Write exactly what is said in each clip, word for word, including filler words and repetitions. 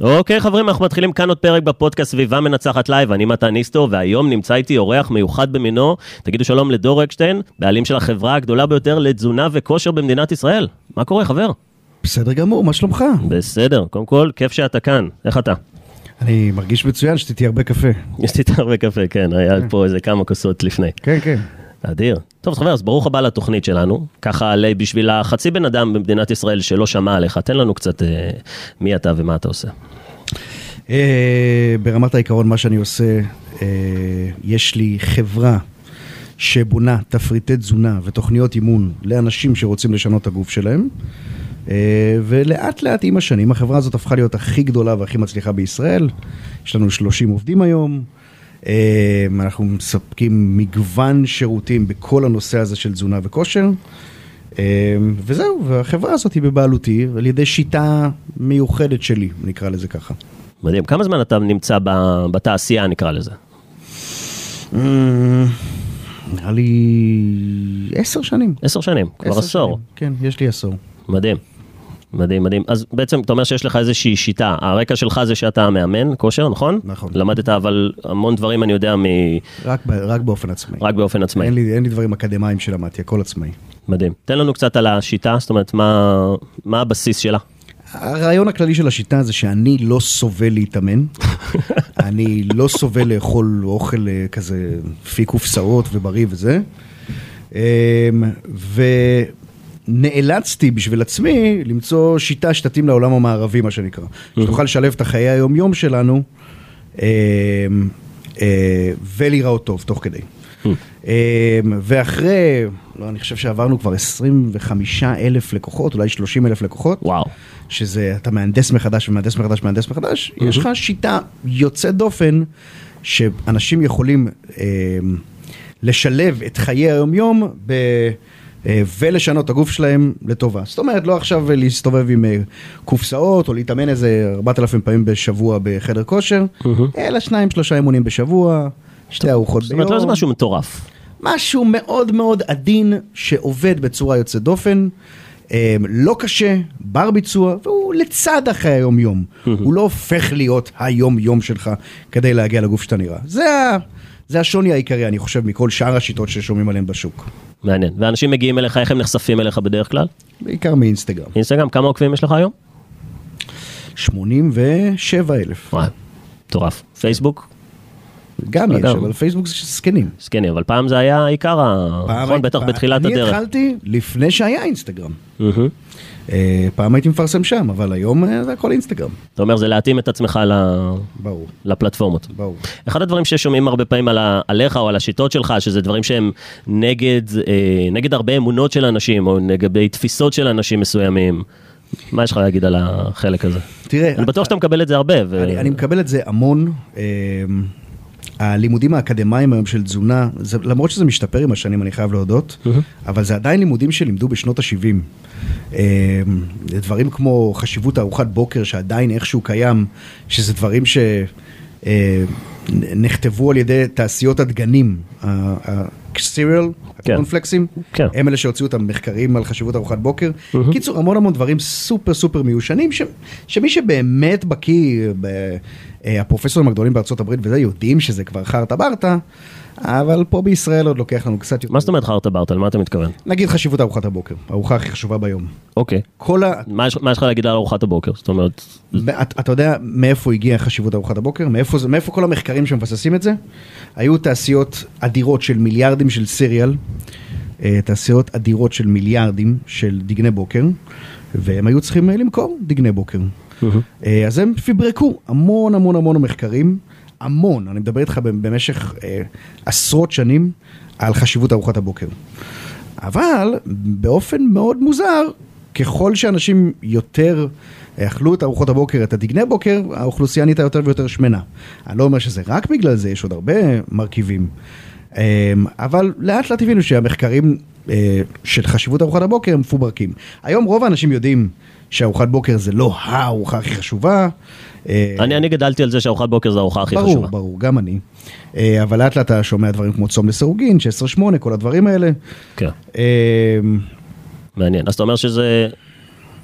אוקיי חברים, אנחנו מתחילים כאן עוד פרק בפודקאסט סביבה מנצחת לייב, אני מתן ניסטו, והיום נמצא איתי אורח מיוחד במינו. תגידו שלום לדור אקשטיין, בעלים של החברה הגדולה ביותר לתזונה וכושר במדינת ישראל. מה קורה חבר? בסדר גמור, מה שלומך? בסדר, קודם כל, כיף שאתה כאן, איך אתה? אני מרגיש מצוין, שתיתי הרבה קפה. שתיתי הרבה קפה, כן, היה פה איזה כמה כוסות לפני. כן, כן. אדיר. טוב, חבר, אז ברוך הבא לתוכנית שלנו. ככה, בשביל החצי בן אדם במדינת ישראל שלא שמע עליך, תן לנו קצת אה, מי אתה ומה אתה עושה. אה, ברמת העיקרון, מה שאני עושה, אה, יש לי חברה שבונה תפריטי תזונה ותוכניות אימון לאנשים שרוצים לשנות את הגוף שלהם, אה, ולאט לאט עם השנים, החברה הזאת הפכה להיות הכי גדולה והכי מצליחה בישראל. יש לנו שלושים עובדים היום, אנחנו מספקים מגוון שירותים בכל הנושא הזה של תזונה וכושר, וזהו, והחברה הזאת היא בבעלותי, על ידי שיטה מיוחדת שלי, נקרא לזה ככה. מדהים, כמה זמן אתה נמצא בתעשייה, נקרא לזה? נראה לי עשר שנים. עשר שנים, כבר עשור. כן, יש לי עשור. מדהים. מדהים, מדהים. אז בעצם אתה אומר שיש לך איזושהי שיטה. הרקע שלך זה שאתה מאמן כושר, נכון? נכון. למדת אבל המון דברים, אני יודע, מ... רק, רק באופן עצמאי. רק באופן עצמאי. אין לי, אין לי דברים אקדמיים שלמדתי, הכל עצמאי. מדהים. תן לנו קצת על השיטה, זאת אומרת, מה, מה הבסיס שלה? הרעיון הכללי של השיטה זה שאני לא סובל להתאמן. אני לא סובל לאכול אוכל כזה פי קופסאות ובריא וזה. ו... נאלצתי בשביל עצמי למצוא שיטה שתתאים לעולם המערבי, מה שנקרא. שתוכל לשלב את החיי היום-יום שלנו, ולהיראות טוב, תוך כדי. ואחרי, לא, אני חושב שעברנו כבר עשרים וחמישה אלף לקוחות, אולי שלושים אלף לקוחות. וואו. שזה, אתה מהנדס מחדש ומהנדס מחדש ומהנדס מחדש. יש לך שיטה יוצאת דופן, שאנשים יכולים לשלב את חיי היום-יום ב... ולשנות את הגוף שלהם לטובה. זאת אומרת, לא עכשיו להסתובב עם קופסאות, או להתאמן איזה ארבעת אלפים פעמים בשבוע בחדר כושר, אלא שניים, שלושה אימונים בשבוע, שתי ארוחות ביום. זאת אומרת, לא זה משהו מטורף. משהו מאוד מאוד עדין, שעובד בצורה יוצאת דופן, לא קשה, בר ביצוע, והוא לצד אחרי היום-יום. הוא לא הופך להיות היום-יום שלך, כדי להגיע לגוף שאתה נראה. זה ה... זה השוני העיקרי, אני חושב, מכל שאר השיטות ששומעים עליהן בשוק. מעניין. ואנשים מגיעים אליך, איך הם נחשפים אליך בדרך כלל? בעיקר מאינסטגרם. אינסטגרם, כמה עוקבים יש לך היום? שמונים ושבעה אלף. וואי, מטורף. פייסבוק? גם יש, אבל פייסבוק זה סקנים. סקנים, אבל פעם זה היה עיקר, נכון? בטח בתחילת הדרך. אני התחלתי לפני שהיה אינסטגרם. פעם הייתי מפרסם שם, אבל היום זה הכל אינסטגרם. אתה אומר, זה להתאים את עצמך לפלטפורמות. ברור. אחד הדברים ששומעים הרבה פעמים עליך או על השיטות שלך, שזה דברים שהם נגד הרבה אמונות של אנשים, או נגד תפיסות של אנשים מסוימים. מה יש לך להגיד על החלק הזה? תראה, אני בטוח שאתה מקבל את זה הרבה. אני מקבל את זה המון. הלימודים האקדמיים היום של תזונה, למרות שזה משתפר עם השנים, אני חייב להודות, אבל זה עדיין לימודים שלימדו בשנות ה-שבעים. דברים כמו חשיבות ארוחת בוקר, שעדיין איכשהו קיים, שזה דברים שנכתבו על ידי תעשיות הדגנים, הסיריאל, הקורנפלקסים, הם אלה שהוציאו את המחקרים על חשיבות ארוחת בוקר. קיצור, המון המון דברים סופר סופר מיושנים, שמי שבאמת בקיא, הפרופסורים הגדולים בארצות הברית, וזה יודעים שזה כבר חרטה ברטה, אבל פה בישראל עוד לוקח לנו קצת יותר. מה זאת אומרת חרטה ברטה? למה אתה מתכוון? נגיד חשיבות ארוחת הבוקר, הארוחה הכי חשובה ביום. אוקיי. מה יש לך להגיד על ארוחת הבוקר? זאת אומרת... אתה יודע מאיפה הגיעה חשיבות ארוחת הבוקר? מאיפה כל המחקרים שמבססים את זה? היו תעשיות אדירות של מיליארדים של סיריאל, תעשיות אדירות של מיליארדים של דגני בוקר, והם היו צריכים למכור דגני בוקר. אז הם פיברקו המון המון המון מחקרים, המון, אני מדבר איתך במשך אה, עשרות שנים על חשיבות ארוחת הבוקר. אבל באופן מאוד מוזר, ככל שאנשים יותר אכלו את ארוחות הבוקר, את הדגני בוקר, האוכלוסייה נהייתה יותר ויותר שמנה. אני לא אומר שזה רק בגלל זה, יש עוד הרבה מרכיבים. אה, אבל לאט לאט הבינו שהמחקרים אה, של חשיבות ארוחת הבוקר הם מפוברקים. היום רוב האנשים יודעים שארוחת בוקר זה לא הארוחה הכי חשובה. אני, אני גדלתי על זה שארוחת בוקר זה הארוחה הכי ברור, חשובה. ברור, ברור, גם אני. אבל לאט לאט אתה שומע דברים כמו צום לסירוגין, שש עשרה שמונה, כל הדברים האלה. כן. מעניין. אז אתה אומר שזה,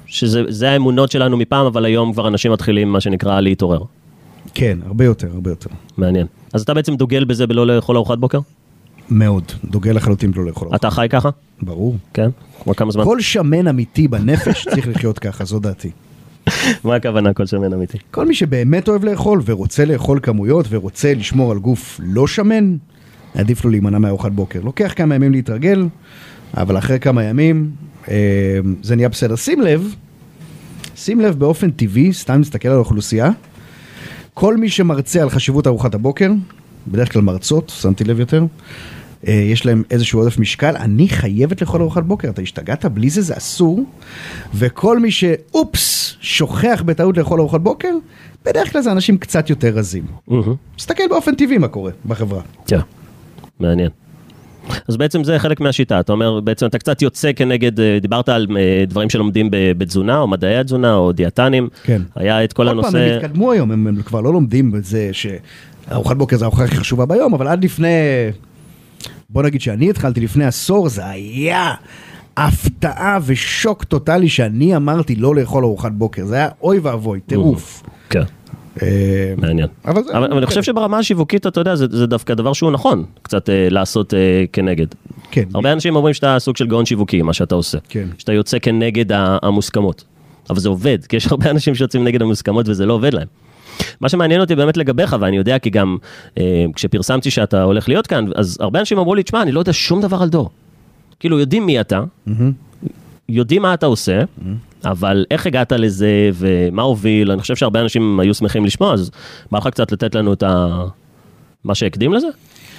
שזה האמונות שלנו מפעם, אבל היום כבר אנשים מתחילים, מה שנקרא, להתעורר. כן, הרבה יותר, הרבה יותר. מעניין. אז אתה בעצם דוגל בזה בלא לאכול ארוחת בוקר? מאוד, דוגל לחלוטין בלא לאכול ארוחת. אתה חי ככה? ברור. כן? כבר כמה זמן? כל שמן אמיתי בנפש צריך לחיות ככה, זו דעתי. מה הכוונה כל שמן אמיתי? כל מי שבאמת אוהב לאכול ורוצה לאכול כמויות ורוצה לשמור על גוף לא שמן, עדיף לו להימנע מארוחת בוקר. לוקח כמה ימים להתרגל, אבל אחרי כמה ימים אה, זה נהיה בסדר. שים לב, שים לב באופן טבעי, סתם נסתכל על האוכלוסייה, כל מי שמרצה על חשיבות ארוחת הבוקר, בדרך כלל מרצות, שמתי לב יותר, אה, יש להם איזשהו עודף משקל, אני חייבת לאכול ארוחת בוקר, אתה השתגעת, בלי זה זה אסור, וכל מי שאופס, שוכח בטעות לאכול ארוחת בוקר, בדרך כלל זה אנשים קצת יותר רזים. מסתכל באופן טבעי מה קורה בחברה. כן, מעניין. אז בעצם זה חלק מהשיטה, אתה אומר, בעצם אתה קצת יוצא כנגד, דיברת על דברים שלומדים בתזונה, או מדעי התזונה, או דיאטנים, כן. היה את כל הנושא... עוד פעם, הם התקדמו היום, הם, הם כבר לא לומדים בזה שארוחת בוקר זה הארוחה הכי חשובה ביום, אבל עד לפני, בוא נגיד שאני התחלתי לפני עשור, זה היה הפתעה ושוק טוטלי שאני אמרתי לא לאכול ארוחת בוקר, זה היה אוי ואבוי, טירוף. כן. מעניין. אבל, אבל, אבל אני חושב שברמה השיווקית, אתה יודע, זה, זה דווקא דבר שהוא נכון, קצת אה, לעשות אה, כנגד. כן. הרבה אנשים אומרים שאתה סוג של גאון שיווקי, מה שאתה עושה. כן. שאתה יוצא כנגד המוסכמות. אבל זה עובד, כי יש הרבה אנשים שיוצאים נגד המוסכמות וזה לא עובד להם. מה שמעניין אותי באמת לגביך, ואני יודע כי גם אה, כשפרסמתי שאתה הולך להיות כאן, אז הרבה אנשים אמרו לי, תשמע, אני לא יודע שום דבר על דור. כאילו, יודעים מי אתה, mm-hmm. יודעים מה אתה עושה, mm-hmm. אבל איך הגעת לזה ומה הוביל, אני חושב שהרבה אנשים היו שמחים לשמוע, אז בא לך קצת לתת לנו את ה... מה שהקדים לזה?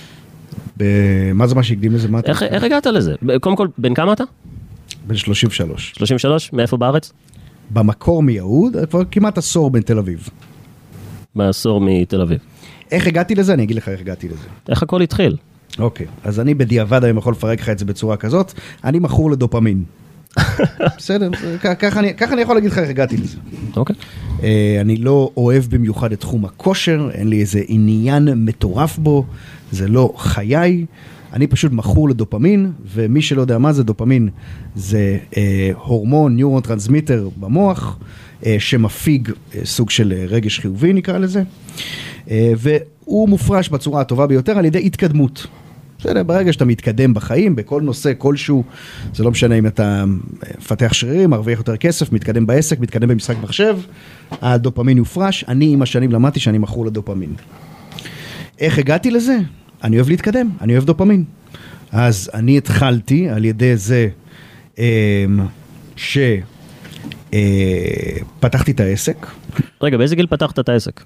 מה זה מה שהקדים לזה? איך, איך הגעת לזה? קודם כל, בין כמה אתה? בין שלושים ושלוש. שלושים ושלוש? מאיפה בארץ? במקור מיהוד, כבר כמעט עשור בין תל אביב. בעשור מתל אביב. איך הגעתי לזה? אני אגיד לך איך הגעתי לזה. איך הכל התחיל? אוקיי, אז אני בדיעבד היום יכול לפרק לך את זה בצורה כזאת, אני מכור לדופמין. בסדר, ככה אני, ככה אני יכול להגיד לך איך הגעתי לזה. אוקיי. אני לא אוהב במיוחד את תחום הכושר, אין לי איזה עניין מטורף בו, זה לא חיי, אני פשוט מכור לדופמין, ומי שלא יודע מה זה דופמין, זה הורמון, ניורונטרנסמיטר במוח, שמפיג סוג של רגש חיובי נקרא לזה, והוא מופרש בצורה הטובה ביותר על ידי התקדמות. בסדר, ברגע שאתה מתקדם בחיים, בכל נושא, כלשהו, זה לא משנה אם אתה מפתח שרירים, מרוויח יותר כסף, מתקדם בעסק, מתקדם במשחק מחשב, הדופמין יופרש, אני עם השנים למדתי שאני מכור לדופמין. איך הגעתי לזה? אני אוהב להתקדם, אני אוהב דופמין. אז אני התחלתי על ידי זה שפתחתי את העסק. רגע, באיזה גיל פתחת את העסק?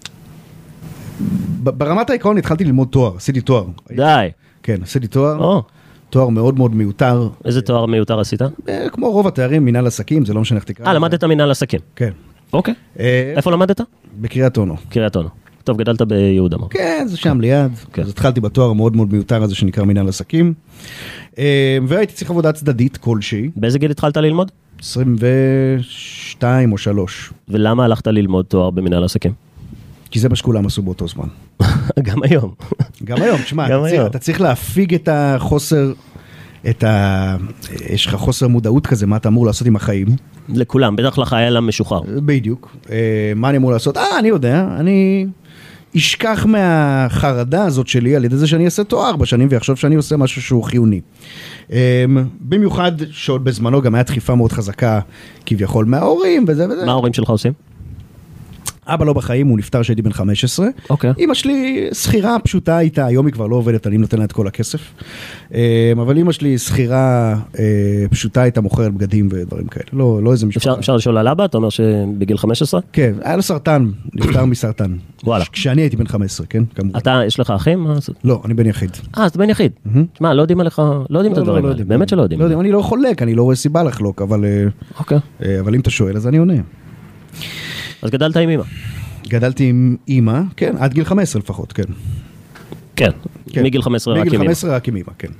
ברמת העיקרון התחלתי ללמוד תואר, עשיתי תואר. די. כן, עשיתי תואר. תואר מאוד מאוד מיותר. איזה תואר מיותר עשית? כמו רוב התארים, מנהל עסקים, זה לא משנה איך תקרא. אה, למדת מנהל עסקים. כן. אוקיי. איפה למדת? בקריית אונו. קריית אונו. טוב, גדלת ביהודה. כן, זה שם ליד. אז התחלתי בתואר המאוד מאוד מיותר הזה שנקרא מנהל עסקים. והייתי צריך עבודה צדדית כלשהי. באיזה גיל התחלת ללמוד? עשרים ושתיים או שלוש. ולמה הלכת ללמוד תואר במנהל עסקים? כי זה מה שכולם עשו באותו זמן. גם היום. גם היום, תשמע, אתה צריך, אתה צריך להפיג את החוסר, את ה... יש לך חוסר מודעות כזה, מה אתה אמור לעשות עם החיים. לכולם, בטח לחייל המשוחרר. בדיוק. מה אני אמור לעשות? אה, אני יודע, אני אשכח מהחרדה הזאת שלי, על ידי זה שאני אעשה תואר ארבע שנים, ויחשוב שאני עושה משהו שהוא חיוני. במיוחד שעוד בזמנו גם היה דחיפה מאוד חזקה, כביכול מההורים וזה וזה. מה ההורים שלך עושים? אבא לא בחיים, הוא נפטר שהייתי בן חמש עשרה. אוקיי. אמא שלי שכירה פשוטה איתה, היום היא כבר לא עובדת, אני נותן לה את כל הכסף. אבל אמא שלי שכירה פשוטה איתה, מוכרת בגדים ודברים כאלה. לא, לא איזה משפחה. אפשר לשאול על אבא? אתה אומר שבגיל חמש עשרה? כן, היה לו סרטן, נפטר מסרטן. וואלה. כשאני הייתי בן חמש עשרה, כן? אתה, יש לך אחים? לא, אני בן יחיד. אה, אז אתה בן יחיד. תשמע, לא יודעים עליך, לא יודעים את הדברים האלה. באמת שלא יודעים. אני לא חולק, אני לא רואה סיבה לחלוק, אבל אם אתה שואל, אז אני עונה. אז גדלת עם אמא. גדלתי עם אמא, כן, עד גיל חמש עשרה לפחות, כן. כן, מגיל חמש עשרה רק עם אמא. מגיל חמש עשרה רק עם אמא, כן.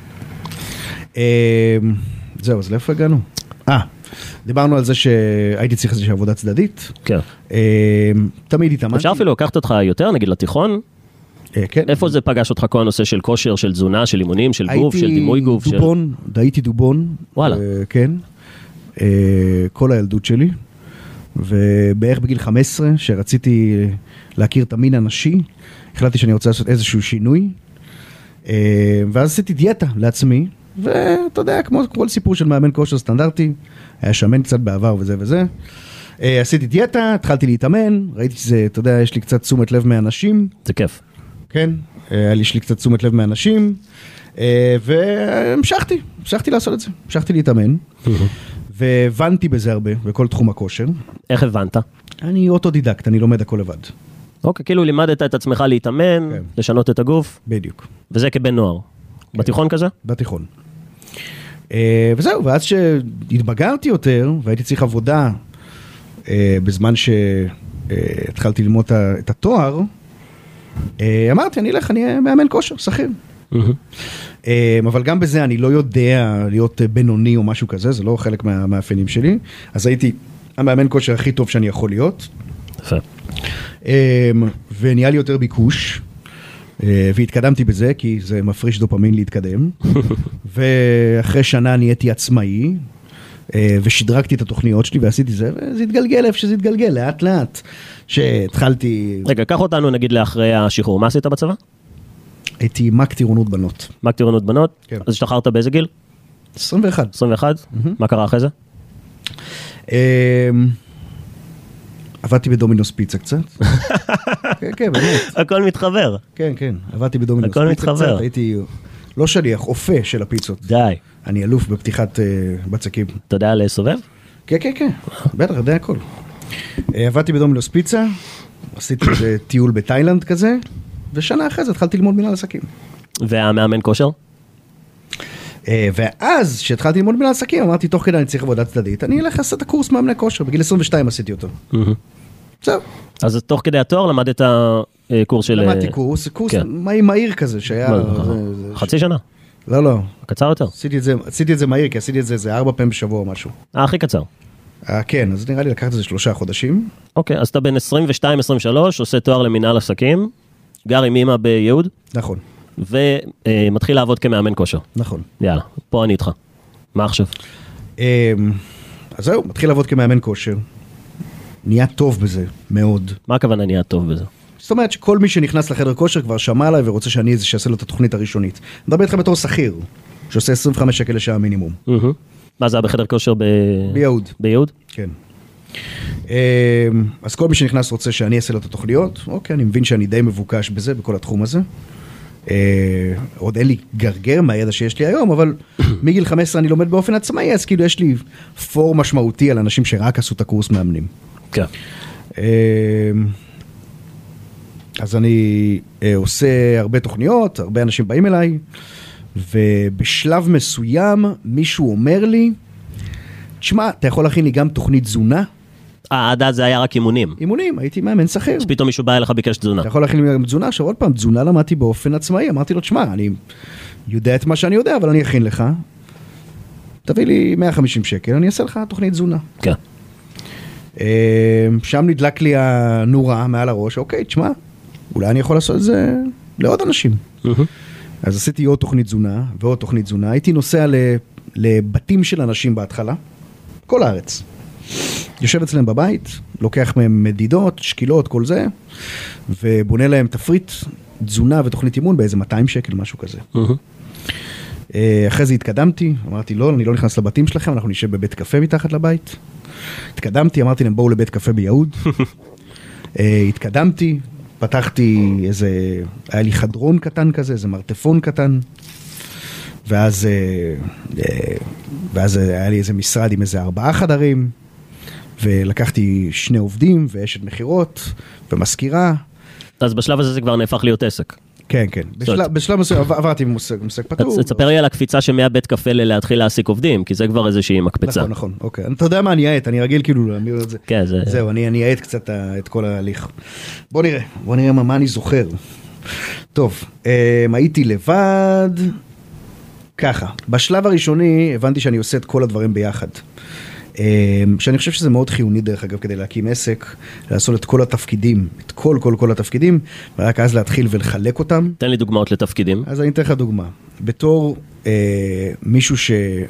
זהו, אז לאיפה הגענו? אה, דיברנו על זה שהייתי צריך איזושהי עבודה צדדית. כן. תמיד התאמנתי. אפשר אפילו לקחת אותך יותר, נגיד לתיכון? כן. איפה זה פגש אותך כל הנושא של כושר, של תזונה, של אימונים, של גוף, של דימוי גוף? הייתי דובון, הייתי דובון. וואלה. כן. כל הילדות שלי, ובערך בגיל חמש עשרה, שרציתי להכיר את המין הנשי, החלטתי שאני רוצה לעשות איזשהו שינוי, ואז עשיתי דיאטה לעצמי, ואתה יודע, כמו כל סיפור של מאמן כושר סטנדרטי, היה שמן קצת בעבר וזה וזה, עשיתי דיאטה, התחלתי להתאמן, ראיתי שזה, אתה יודע, יש לי קצת תשומת לב מאנשים. זה כיף. כן, היה לי קצת תשומת לב מאנשים, והמשכתי, המשכתי לעשות את זה, המשכתי להתאמן, והבנתי בזה הרבה, בכל תחום הכושר. איך הבנת? אני אוטודידקט, אני לומד הכל לבד. אוקיי, כאילו לימדת את עצמך להתאמן, כן. לשנות את הגוף. בדיוק. וזה כבן נוער. כן. בתיכון כזה? בתיכון. וזהו, ואז שהתבגרתי יותר, והייתי צריך עבודה, בזמן שהתחלתי ללמוד את התואר, אמרתי, אני אלך, אני מאמן כושר, שכיר. אבל גם בזה אני לא יודע להיות בינוני או משהו כזה, זה לא חלק מהמאפיינים שלי, אז הייתי המאמן כושר הכי טוב שאני יכול להיות. יפה. ונהיה לי יותר ביקוש, והתקדמתי בזה, כי זה מפריש דופמין להתקדם, ואחרי שנה נהייתי עצמאי, ושדרגתי את התוכניות שלי ועשיתי זה, וזה התגלגל איפה שזה התגלגל, לאט לאט, שהתחלתי... רגע, קח אותנו נגיד לאחרי השחרור, מה עשית בצבא? הייתי מק טירונות בנות. מק טירונות בנות? כן. אז השתחררת באיזה גיל? עשרים ואחת. עשרים ואחת? מה קרה אחרי זה? עבדתי בדומינוס פיצה קצת. כן, כן, באמת. הכל מתחבר. כן, כן, עבדתי בדומינוס הכל פיצה מתחבר. קצת, הייתי לא שליח, אופה של הפיצות. די. אני אלוף בפתיחת בצקים. אתה יודע לסובב? כן, כן, כן, בטח, יודע הכל. עבדתי בדומינוס פיצה, עשיתי איזה טיול בתאילנד כזה, ושנה אחרי זה התחלתי ללמוד מנהל עסקים. והמאמן כושר? ואז, כשהתחלתי ללמוד מנהל עסקים, אמרתי, תוך כדי אני צריך עבודה צדדית, אני אלך לעשות את הקורס מאמני כושר, בגיל עשרים ושתיים עשיתי אותו. זהו. אז תוך כדי התואר למדת קורס של... למדתי קורס, קורס מהיר כזה, שהיה... חצי שנה? לא, לא. קצר יותר? עשיתי את זה מהיר, כי עשיתי את זה איזה ארבע פעמים בשבוע או משהו. אה, הכי קצר. כן, אז נראה לי לקחת את זה שלושה חודשים. אוקיי, אז אתה בין עשרים ושתיים עשרים ושלוש, עושה תואר למנהל עסקים, גר עם אמא ביהוד. נכון. ומתחיל לעבוד כמאמן כושר. נכון. יאללה, פה אני איתך. מה עכשיו? אז זהו, מתחיל לעבוד כמאמן כושר. נהיה טוב בזה, מאוד. מה הכוונה נהיה טוב בזה? זאת אומרת שכל מי שנכנס לחדר כושר כבר שמע עליי ורוצה שאני איזה שעשה לו את התוכנית הראשונית. מדבר איתך בתור שכיר, שעושה עשרים וחמש שקל לשעה מינימום. מה זה היה בחדר כושר ב... ביהוד. ביהוד? כן. אז כל מי שנכנס רוצה שאני אעשה לו את התוכניות, אוקיי, אני מבין שאני די מבוקש בזה, בכל התחום הזה. עוד אין לי גרגר מהידע שיש לי היום, אבל מגיל חמש עשרה אני לומד באופן עצמאי, אז כאילו יש לי פור משמעותי על אנשים שרק עשו את הקורס מאמנים. כן. אז אני עושה הרבה תוכניות, הרבה אנשים באים אליי, ובשלב מסוים מישהו אומר לי, תשמע, אתה יכול להכין לי גם תוכנית תזונה? אה, עד אז זה היה רק אימונים. אימונים, הייתי מאמן שכיר. אז פתאום מישהו בא אליך ביקש תזונה. אתה יכול להכין לי גם תזונה, עכשיו עוד פעם, תזונה למדתי באופן עצמאי, אמרתי לו, תשמע, אני יודע את מה שאני יודע, אבל אני אכין לך, תביא לי מאה וחמישים שקל, אני אעשה לך תוכנית תזונה. כן. שם נדלק לי הנורה מעל הראש, אוקיי, תשמע, אולי אני יכול לעשות את זה לעוד אנשים. אז עשיתי עוד תוכנית תזונה, ועוד תוכנית תזונה, הייתי נוסע לבתים של אנשים בהתחלה, כל הארץ. יושב אצלם בבית, לוקח מהם מדידות, שקילות, כל זה, ובונה להם תפריט, תזונה ותוכנית אימון באיזה מאתיים שקל, משהו כזה. אחרי זה התקדמתי, אמרתי, לא, אני לא נכנס לבתים שלכם, אנחנו נשב בבית קפה מתחת לבית. התקדמתי, אמרתי להם, בואו לבית קפה ביהוד. התקדמתי, פתחתי איזה, היה לי חדרון קטן כזה, איזה מרתפון קטן, ואז, ואז היה לי איזה משרד עם איזה ארבעה חדרים, ולקחתי שני עובדים, ואשת מחירות, ומזכירה. אז בשלב הזה זה כבר נהפך להיות עסק. כן, כן. בשלב מסוים עברתי ממושג פטור. תספר לי על הקפיצה שמהבית קפה להתחיל להעסיק עובדים, כי זה כבר איזושהי מקפצה. נכון, נכון, אוקיי. אתה יודע מה, אני אעט, אני רגיל כאילו להמיר את זה. כן, זה... זהו, אני אעט קצת את כל ההליך. בוא נראה, בוא נראה מה אני זוכר. טוב, הייתי לבד, ככה. בשלב הראשוני הבנתי שאני עושה את כל הדברים ביחד. שאני חושב שזה מאוד חיוני דרך אגב כדי להקים עסק, לעשות את כל התפקידים, את כל כל כל התפקידים, ורק אז להתחיל ולחלק אותם. תן לי דוגמאות לתפקידים. אז אני אתן לך דוגמה. בתור אה, מישהו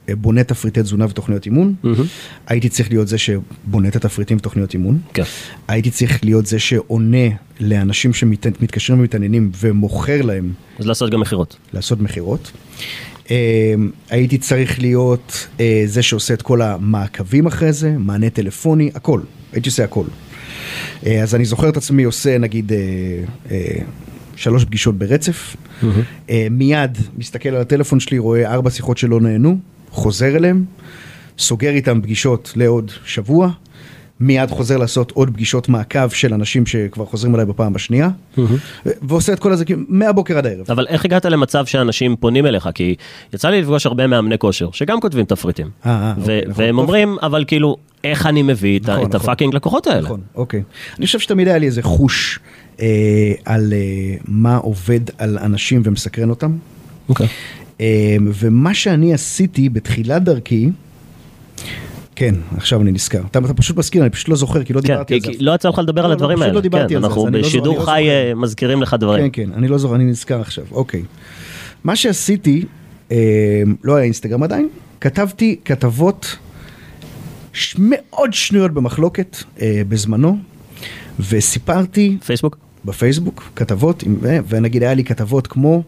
בונה תפריטי תזונה ותוכניות אימון, הייתי צריך להיות זה שבונה את התפריטים ותוכניות אימון, הייתי צריך להיות זה שעונה לאנשים שמתקשרים ומתעניינים ומוכר להם. אז לעשות גם מחירות. לעשות מחירות. הייתי צריך להיות זה שעושה את כל המעקבים אחרי זה, מענה טלפוני, הכל. הייתי עושה הכל. אז אני זוכר את עצמי עושה נגיד שלוש פגישות ברצף, מיד מסתכל על הטלפון שלי, רואה ארבע שיחות שלא נהנו, חוזר אליהם, סוגר איתם פגישות לעוד שבוע, מיד חוזר לעשות עוד פגישות מעקב של אנשים שכבר חוזרים אליי בפעם השנייה, ועושה את כל הזה מהבוקר עד הערב. אבל איך הגעת למצב שאנשים פונים אליך? כי יצא לי לפגוש הרבה מאמני כושר, שגם כותבים תפריטים. והם אומרים, אבל כאילו, איך אני מביא את הפאקינג לקוחות האלה? נכון, אוקיי. אני חושב שתמיד היה לי איזה חוש על מה עובד על אנשים ומסקרן אותם. אוקיי. ומה שאני עשיתי בתחילת דרכי, כן, עכשיו אני נזכר. אתה, אתה פשוט מזכיר, אני פשוט לא זוכר, כי לא דיברתי כן, על זה. לא יצא לך לדבר על הדברים האלה. פשוט לא דיברתי על זה. אנחנו בשידור חי מזכירים לך דברים. כן, כן, אני לא זוכר, אני נזכר עכשיו. אוקיי. מה שעשיתי, לא היה אינסטגרם עדיין, כתבתי כתבות מאוד שנויות במחלוקת בזמנו, וסיפרתי... פייסבוק? בפייסבוק, כתבות, ונגיד היה לי כתבות כמו,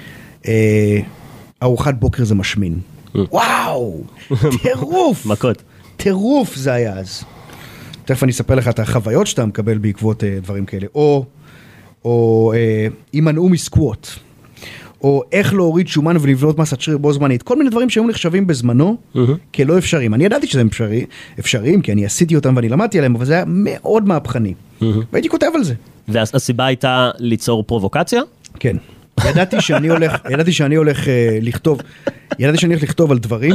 ארוחת בוקר זה משמין. וואו, טירוף. מכות. טירוף זה היה אז. תכף אני אספר לך את החוויות שאתה מקבל בעקבות דברים כאלה. או, או הימנעו מסקווט. או איך להוריד שומן ולבנות מסת שריר בו זמנית. כל מיני דברים שהיו נחשבים בזמנו כלא אפשריים. אני ידעתי שזה אפשרי, אפשריים, כי אני עשיתי אותם ואני למדתי עליהם, אבל זה היה מאוד מהפכני. והייתי כותב על זה. והסיבה הייתה ליצור פרובוקציה? כן. ידעתי שאני הולך, ידעתי שאני הולך לכתוב, ידעתי שאני הולך לכתוב על דברים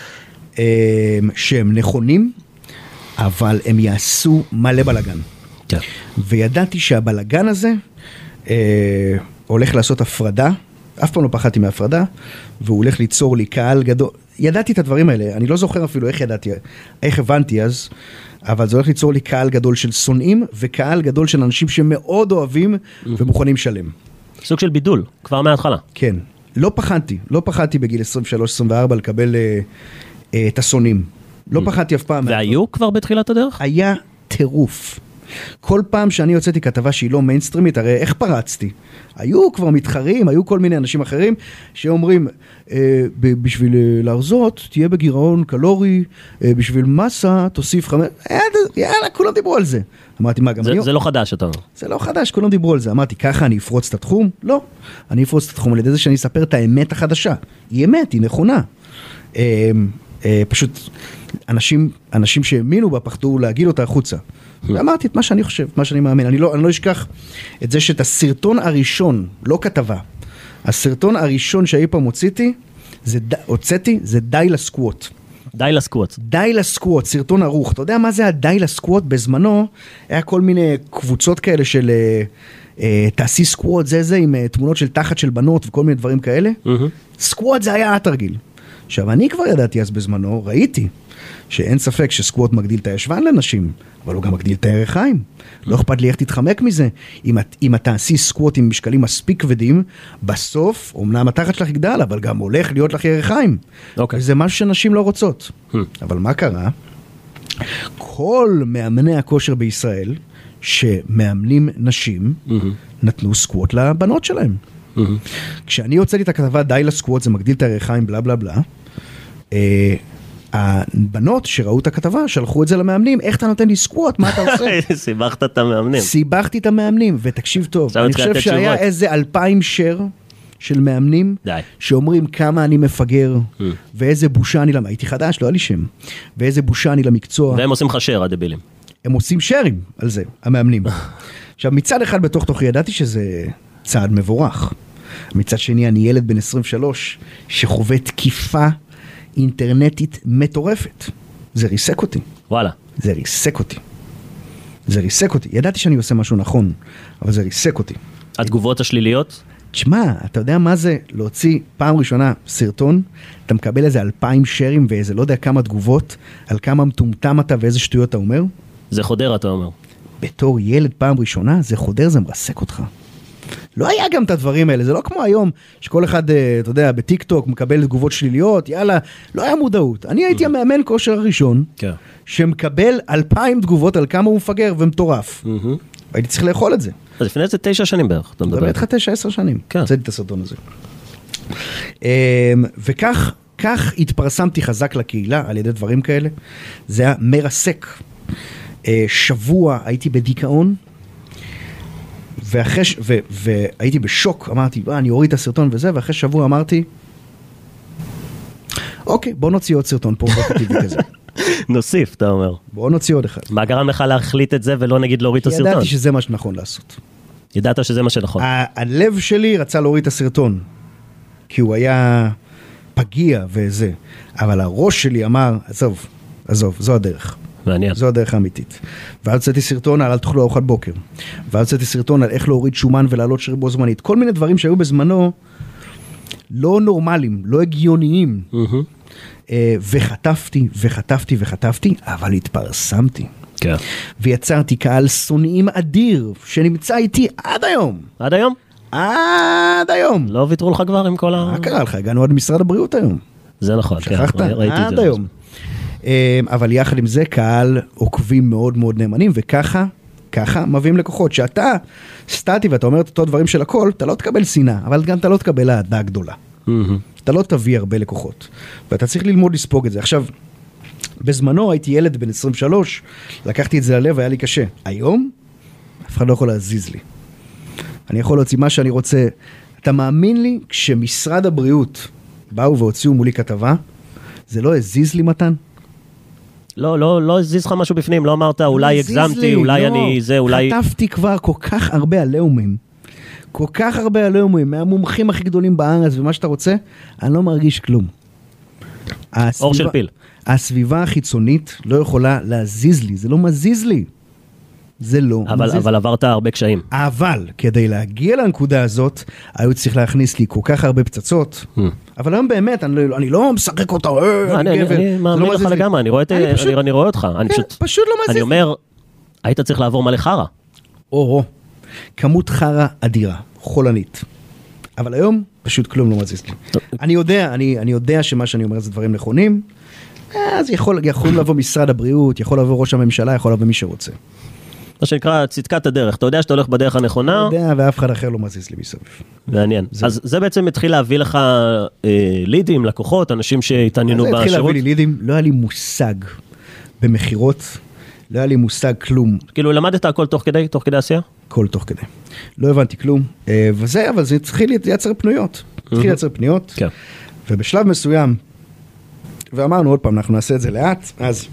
שהם נכונים, אבל הם יעשו מלא בלגן. כן. וידעתי שהבלגן הזה הולך לעשות הפרדה, אף פעם לא פחדתי מהפרדה, והוא הולך ליצור לי קהל גדול. ידעתי את הדברים האלה, אני לא זוכר אפילו איך ידעתי, איך הבנתי אז, אבל זה הולך ליצור לי קהל גדול של שונאים, וקהל גדול של אנשים שמאוד אוהבים ומוכנים שלם. סוג של בידול, כבר מההתחלה. כן, לא פחדתי, לא פחדתי בגיל עשרים ושלוש עשרים וארבע לקבל אה, אה, את השונאים. לא פחדתי אף פעם. והיו כבר בתחילת הדרך? היה טירוף. כל פעם שאני הוצאתי כתבה שהיא לא מיינסטרימית, הרי איך פרצתי? היו כבר מתחרים, היו כל מיני אנשים אחרים שאומרים, אה, בשביל להרזות, תהיה בגירעון קלורי, אה, בשביל מסה, תוסיף חמש, יאללה, כולם דיברו על זה. אמרתי, מה, גם זה, אני... זה לא חדש, אתה אומר. זה לא חדש, כולם דיברו על זה. אמרתי, ככה אני אפרוץ את התחום? לא. אני אפרוץ את התחום על ידי זה שאני אספר את האמת החדשה. היא אמת, היא נכונה. אה, אה, פשוט, אנשים, אנשים שהאמינו בה פחדו להגיד אותה החוצה. ואמרתי את מה שאני חושב, מה שאני מאמין. אני לא, אני לא אשכח את זה שאת הסרטון הראשון, לא כתבה, הסרטון הראשון שאי פעם הוצאתי, זה, הוצאתי, זה די לסקווט. די לסקווט. די לסקווט, סרטון ערוך. אתה יודע מה זה הדי לסקווט? בזמנו היה כל מיני קבוצות כאלה של אה, תעשי סקווט, זה זה, עם אה, תמונות של תחת של בנות וכל מיני דברים כאלה. Mm-hmm. סקווט זה היה התרגיל. עכשיו, אני כבר ידעתי אז בזמנו, ראיתי שאין ספק שסקווט מגדיל את הישבן לנשים, אבל הוא גם מגדיל את הערך חיים. לא אכפת לי איך תתחמק מזה. אם, אם אתה עשי סקווט עם משקלים מספיק כבדים, בסוף, אמנם התחת שלך יגדל, אבל גם הולך להיות לך ערך חיים. Okay. וזה משהו שנשים לא רוצות. Hmm. אבל מה קרה? כל מאמני הכושר בישראל, שמאמנים נשים, mm-hmm. נתנו סקווט לבנות שלהם. Mm-hmm. כשאני הוצאתי את הכתבה די לסקווט, זה מגדיל את הערך חיים, בלה בלה בלה, אה, הבנות שראו את הכתבה, שלחו את זה למאמנים, איך אתה נותן לי סקווט, מה אתה עושה? סיבכת את המאמנים. סיבכתי את המאמנים, ותקשיב טוב, אני חושב שהיה איזה אלפיים שר של מאמנים, שאומרים כמה אני מפגר, ואיזה בושה אני, הייתי חדש, לא היה לי שם, ואיזה בושה אני למקצוע. והם עושים לך שר, הדבילים. הם עושים שרים על זה, המאמנים. עכשיו, מצד אחד בתוך תוכי ידעתי שזה צעד מבורך. מצד שני, אני ילד בן עשרים ושלוש, שחווה תקיפה אינטרנטית מטורפת. זה ריסק אותי. וואלה. זה ריסק אותי. זה ריסק אותי. ידעתי שאני עושה משהו נכון, אבל זה ריסק אותי. התגובות השליליות? תשמע, אתה יודע מה זה להוציא פעם ראשונה סרטון, אתה מקבל איזה אלפיים שרים ואיזה לא יודע כמה תגובות, על כמה מטומטם אתה ואיזה שטויות אתה אומר? זה חודר, אתה אומר. בתור ילד פעם ראשונה, זה חודר, זה מרסק אותך. לא היה גם את הדברים האלה, זה לא כמו היום, שכל אחד, אתה יודע, בטיק טוק מקבל תגובות שליליות, יאללה, לא היה מודעות. אני הייתי המאמן כושר הראשון, שמקבל אלפיים תגובות על כמה הוא מפגר ומטורף. והייתי צריך לאכול את זה. אז לפני איזה תשע שנים בערך, אתה מדבר. זה בטח תשע, עשר שנים. הוצאתי את הסרטון הזה. וכך, כך התפרסמתי חזק לקהילה על ידי דברים כאלה. זה היה מרסק. שבוע הייתי בדיכאון, ואחרי, ו, והייתי בשוק, אמרתי, אני אוריד את הסרטון וזה, ואחרי שבוע אמרתי, אוקיי, בוא נוציא עוד סרטון פרובוקטיבי כזה. נוסיף, אתה אומר. בוא נוציא עוד אחד. מה גרם לך להחליט את זה ולא נגיד להוריד את הסרטון? כי ידעתי שזה מה שנכון לעשות. ידעת שזה מה שנכון. הלב שלי רצה להוריד את הסרטון, כי הוא היה פגיע וזה, אבל הראש שלי אמר, עזוב, עזוב, זו הדרך. מעניין. זו הדרך האמיתית. ואז הוצאתי סרטון על אל תאכלו ארוחת בוקר. ואז הוצאתי סרטון על איך להוריד שומן ולהעלות שריר בו זמנית. כל מיני דברים שהיו בזמנו לא נורמליים, לא הגיוניים. וחטפתי, וחטפתי, וחטפתי, אבל התפרסמתי. כן. ויצרתי קהל שונאים אדיר, שנמצא איתי עד היום. עד היום? עד היום. לא ויתרו לך כבר עם כל ה... מה קרה לך? הגענו עד משרד הבריאות היום. זה נכון, כן. שכחת? עד היום. אבל יחד עם זה קהל עוקבים מאוד מאוד נאמנים, וככה, ככה מביאים לקוחות. שאתה סטטי ואתה אומר את אותו דברים של הכל, אתה לא תקבל שנאה, אבל גם אתה לא תקבל העדה הגדולה. אתה לא תביא הרבה לקוחות, ואתה צריך ללמוד לספוג את זה. עכשיו, בזמנו הייתי ילד בן עשרים ושלוש, לקחתי את זה ללב, היה לי קשה. היום, אף אחד לא יכול להזיז לי. אני יכול להוציא מה שאני רוצה. אתה מאמין לי, כשמשרד הבריאות באו והוציאו מולי כתבה, זה לא הזיז לי מתן? לא, לא, לא הזיז לך משהו בפנים, לא אמרת, אולי הגזמתי, אולי אני זה, אולי... חטפתי כבר כל כך הרבה עליהומים, כל כך הרבה עליהומים, מהמומחים הכי גדולים בארץ, ומה שאתה רוצה, אני לא מרגיש כלום. אור של פיל. הסביבה החיצונית לא יכולה להזיז לי, זה לא מזיז לי. זה לא אבל, מזיז. אבל עברת הרבה קשיים. אבל, כדי להגיע לנקודה הזאת, היו צריך להכניס לי כל כך הרבה פצצות, hmm. אבל היום באמת, אני, אני לא משחק אותה, אה, אני, אני, גבר. אני מאמין לך לגמרי, אני רואה, את, אני, פשוט, אני, אני רואה אותך. אני כן, פשוט, פשוט לא מזיז. אני אומר, היית צריך לעבור מלא חרה. או, כמות חרה אדירה, חולנית. אבל היום, פשוט כלום לא מזיז לי. אני יודע, אני, אני יודע שמה שאני אומר זה דברים נכונים, אז יכול, יכולים לבוא משרד הבריאות, יכול לבוא ראש הממשלה, יכול לבוא מי שרוצה. מה שנקרא צדקת הדרך, אתה יודע שאתה הולך בדרך הנכונה. אני יודע, ואף אחד אחר לא מזיז לי מסביב. מעניין. אז זה בעצם התחיל להביא לך לידים, לקוחות, אנשים שהתעניינו בשירות. זה התחיל להביא לי לידים, לא היה לי מושג במחירות, לא היה לי מושג כלום. כאילו למדת הכל תוך כדי, תוך כדי עשייה? הכל תוך כדי. לא הבנתי כלום, וזה, אבל זה התחיל לייצר פנויות. התחיל לייצר פניות, ובשלב מסוים, ואמרנו עוד פעם, אנחנו נעשה את זה לאט, אז...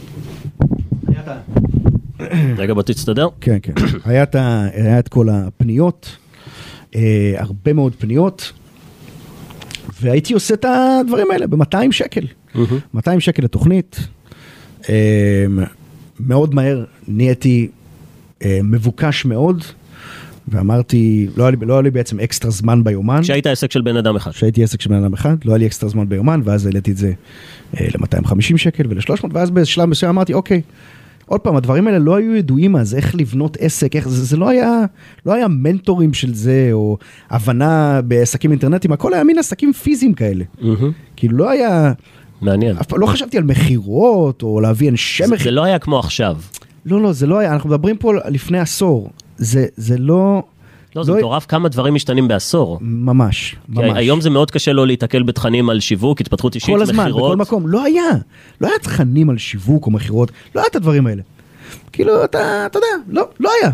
רגע, בוא תצטדר. כן, כן. היה את, היה את כל הפניות, אה, הרבה מאוד פניות, והייתי עושה את הדברים האלה ב-מאתיים שקל. מאתיים שקל לתוכנית. אה, מאוד מהר נהייתי אה, מבוקש מאוד, ואמרתי, לא היה לי, לא היה לי בעצם אקסטרה זמן ביומן. כשהיית עסק של בן אדם אחד. כשהייתי עסק של בן אדם אחד, לא היה לי אקסטרה זמן ביומן, ואז העליתי את זה אה, ל-מאתיים וחמישים שקל ול-שלוש מאות, ואז בשלב מסוים אמרתי, אוקיי, עוד פעם, הדברים האלה לא היו ידועים אז, איך לבנות עסק, איך, זה, זה לא היה, לא היה מנטורים של זה, או הבנה בעסקים אינטרנטיים, הכל היה מין עסקים פיזיים כאלה. Mm-hmm. כאילו לא היה... מעניין. אף פעם לא חשבתי על מחירות, או להביא אנשי מחיר. זה לא היה כמו עכשיו. לא, לא, זה לא היה, אנחנו מדברים פה לפני עשור. זה, זה לא... לא, זה מטורף כמה דברים משתנים בעשור. ממש, ממש. היום זה מאוד קשה לא להתקל בתכנים על שיווק, התפתחות אישית, מחירות. כל הזמן, בכל מקום. לא היה. לא היה תכנים על שיווק או מחירות. לא היה את הדברים האלה. כאילו, אתה, אתה יודע, לא, לא היה.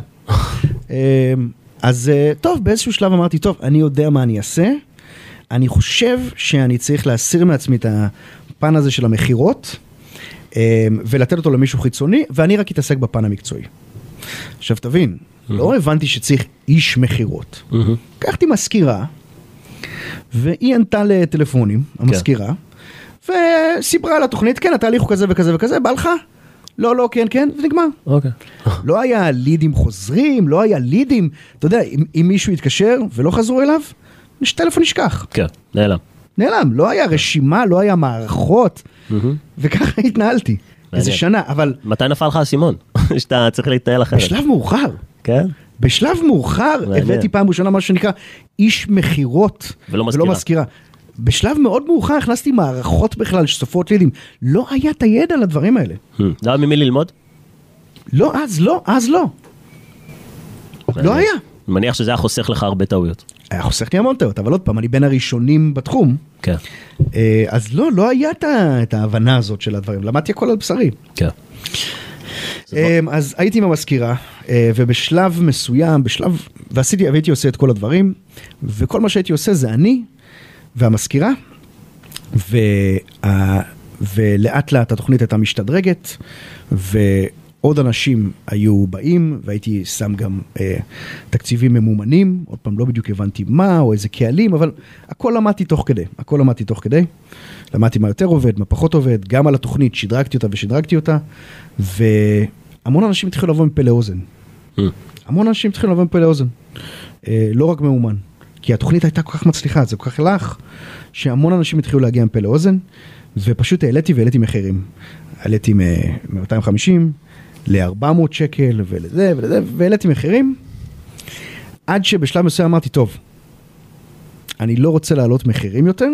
אז טוב, באיזשהו שלב אמרתי, טוב, אני יודע מה אני אעשה. אני חושב שאני צריך להסיר מעצמי את הפן הזה של המחירות, ולתת אותו למישהו חיצוני, ואני רק אתעסק בפן המקצועי. עכשיו תבין, לא הבנתי שצריך איש מחירות. לקחתי מזכירה, והיא ענתה לטלפונים, המזכירה, וסיפרה על התוכנית, כן, התהליך הוא כזה וכזה וכזה, בא לך? לא, לא, כן, כן, ונגמר. לא היה לידים חוזרים, לא היה לידים, אתה יודע, אם מישהו יתקשר ולא חזרו אליו, טלפון נשכח. כן, נעלם. נעלם, לא היה רשימה, לא היה מערכות, וככה התנהלתי. איזה שנה, אבל... מתי נפל לך הסימון? שאתה צריך להתנהל אחרת. בשלב מאוחר. כן? בשלב מאוחר הבאתי פעם ראשונה מה שנקרא איש מחירות ולא ולא מזכירה. בשלב מאוד מאוחר הכנסתי מערכות בכלל שסופרות לידים. לא היה את הידע לדברים האלה. לא היה ממי ללמוד? לא, אז לא, אז לא. לא היה. אני מניח שזה היה חוסך לך הרבה טעויות. היה חוסך לי המון טעויות, אבל עוד פעם, אני בין הראשונים בתחום. כן. אז לא, לא היה את ההבנה הזאת של הדברים. למדתי הכל על בשרי. כן. אז הייתי עם המזכירה, ובשלב מסוים, בשלב, ועשיתי, והייתי עושה את כל הדברים, וכל מה שהייתי עושה זה אני והמזכירה, וה, ולאט לאט התוכנית הייתה משתדרגת, ועוד אנשים היו באים, והייתי שם גם אה, תקציבים ממומנים, עוד פעם לא בדיוק הבנתי מה, או איזה קהלים, אבל הכל למדתי תוך כדי, הכל למדתי תוך כדי, למדתי מה יותר עובד, מה פחות עובד, גם על התוכנית שדרגתי אותה ושדרגתי אותה, והמון אנשים התחילו לבוא מפה לאוזן. Mm. המון אנשים התחילו לבוא מפה לאוזן, אה, לא רק מאומן. כי התוכנית הייתה כל כך מצליחה, זה כל כך הלך, שהמון אנשים התחילו להגיע מפה לאוזן, ופשוט העליתי והעליתי מחירים. העליתי מ-מאתיים וחמישים ל-ארבע מאות שקל, ולזה ולזה, והעליתי מחירים, עד שבשלב מסוים אמרתי, טוב, אני לא רוצה להעלות מחירים יותר,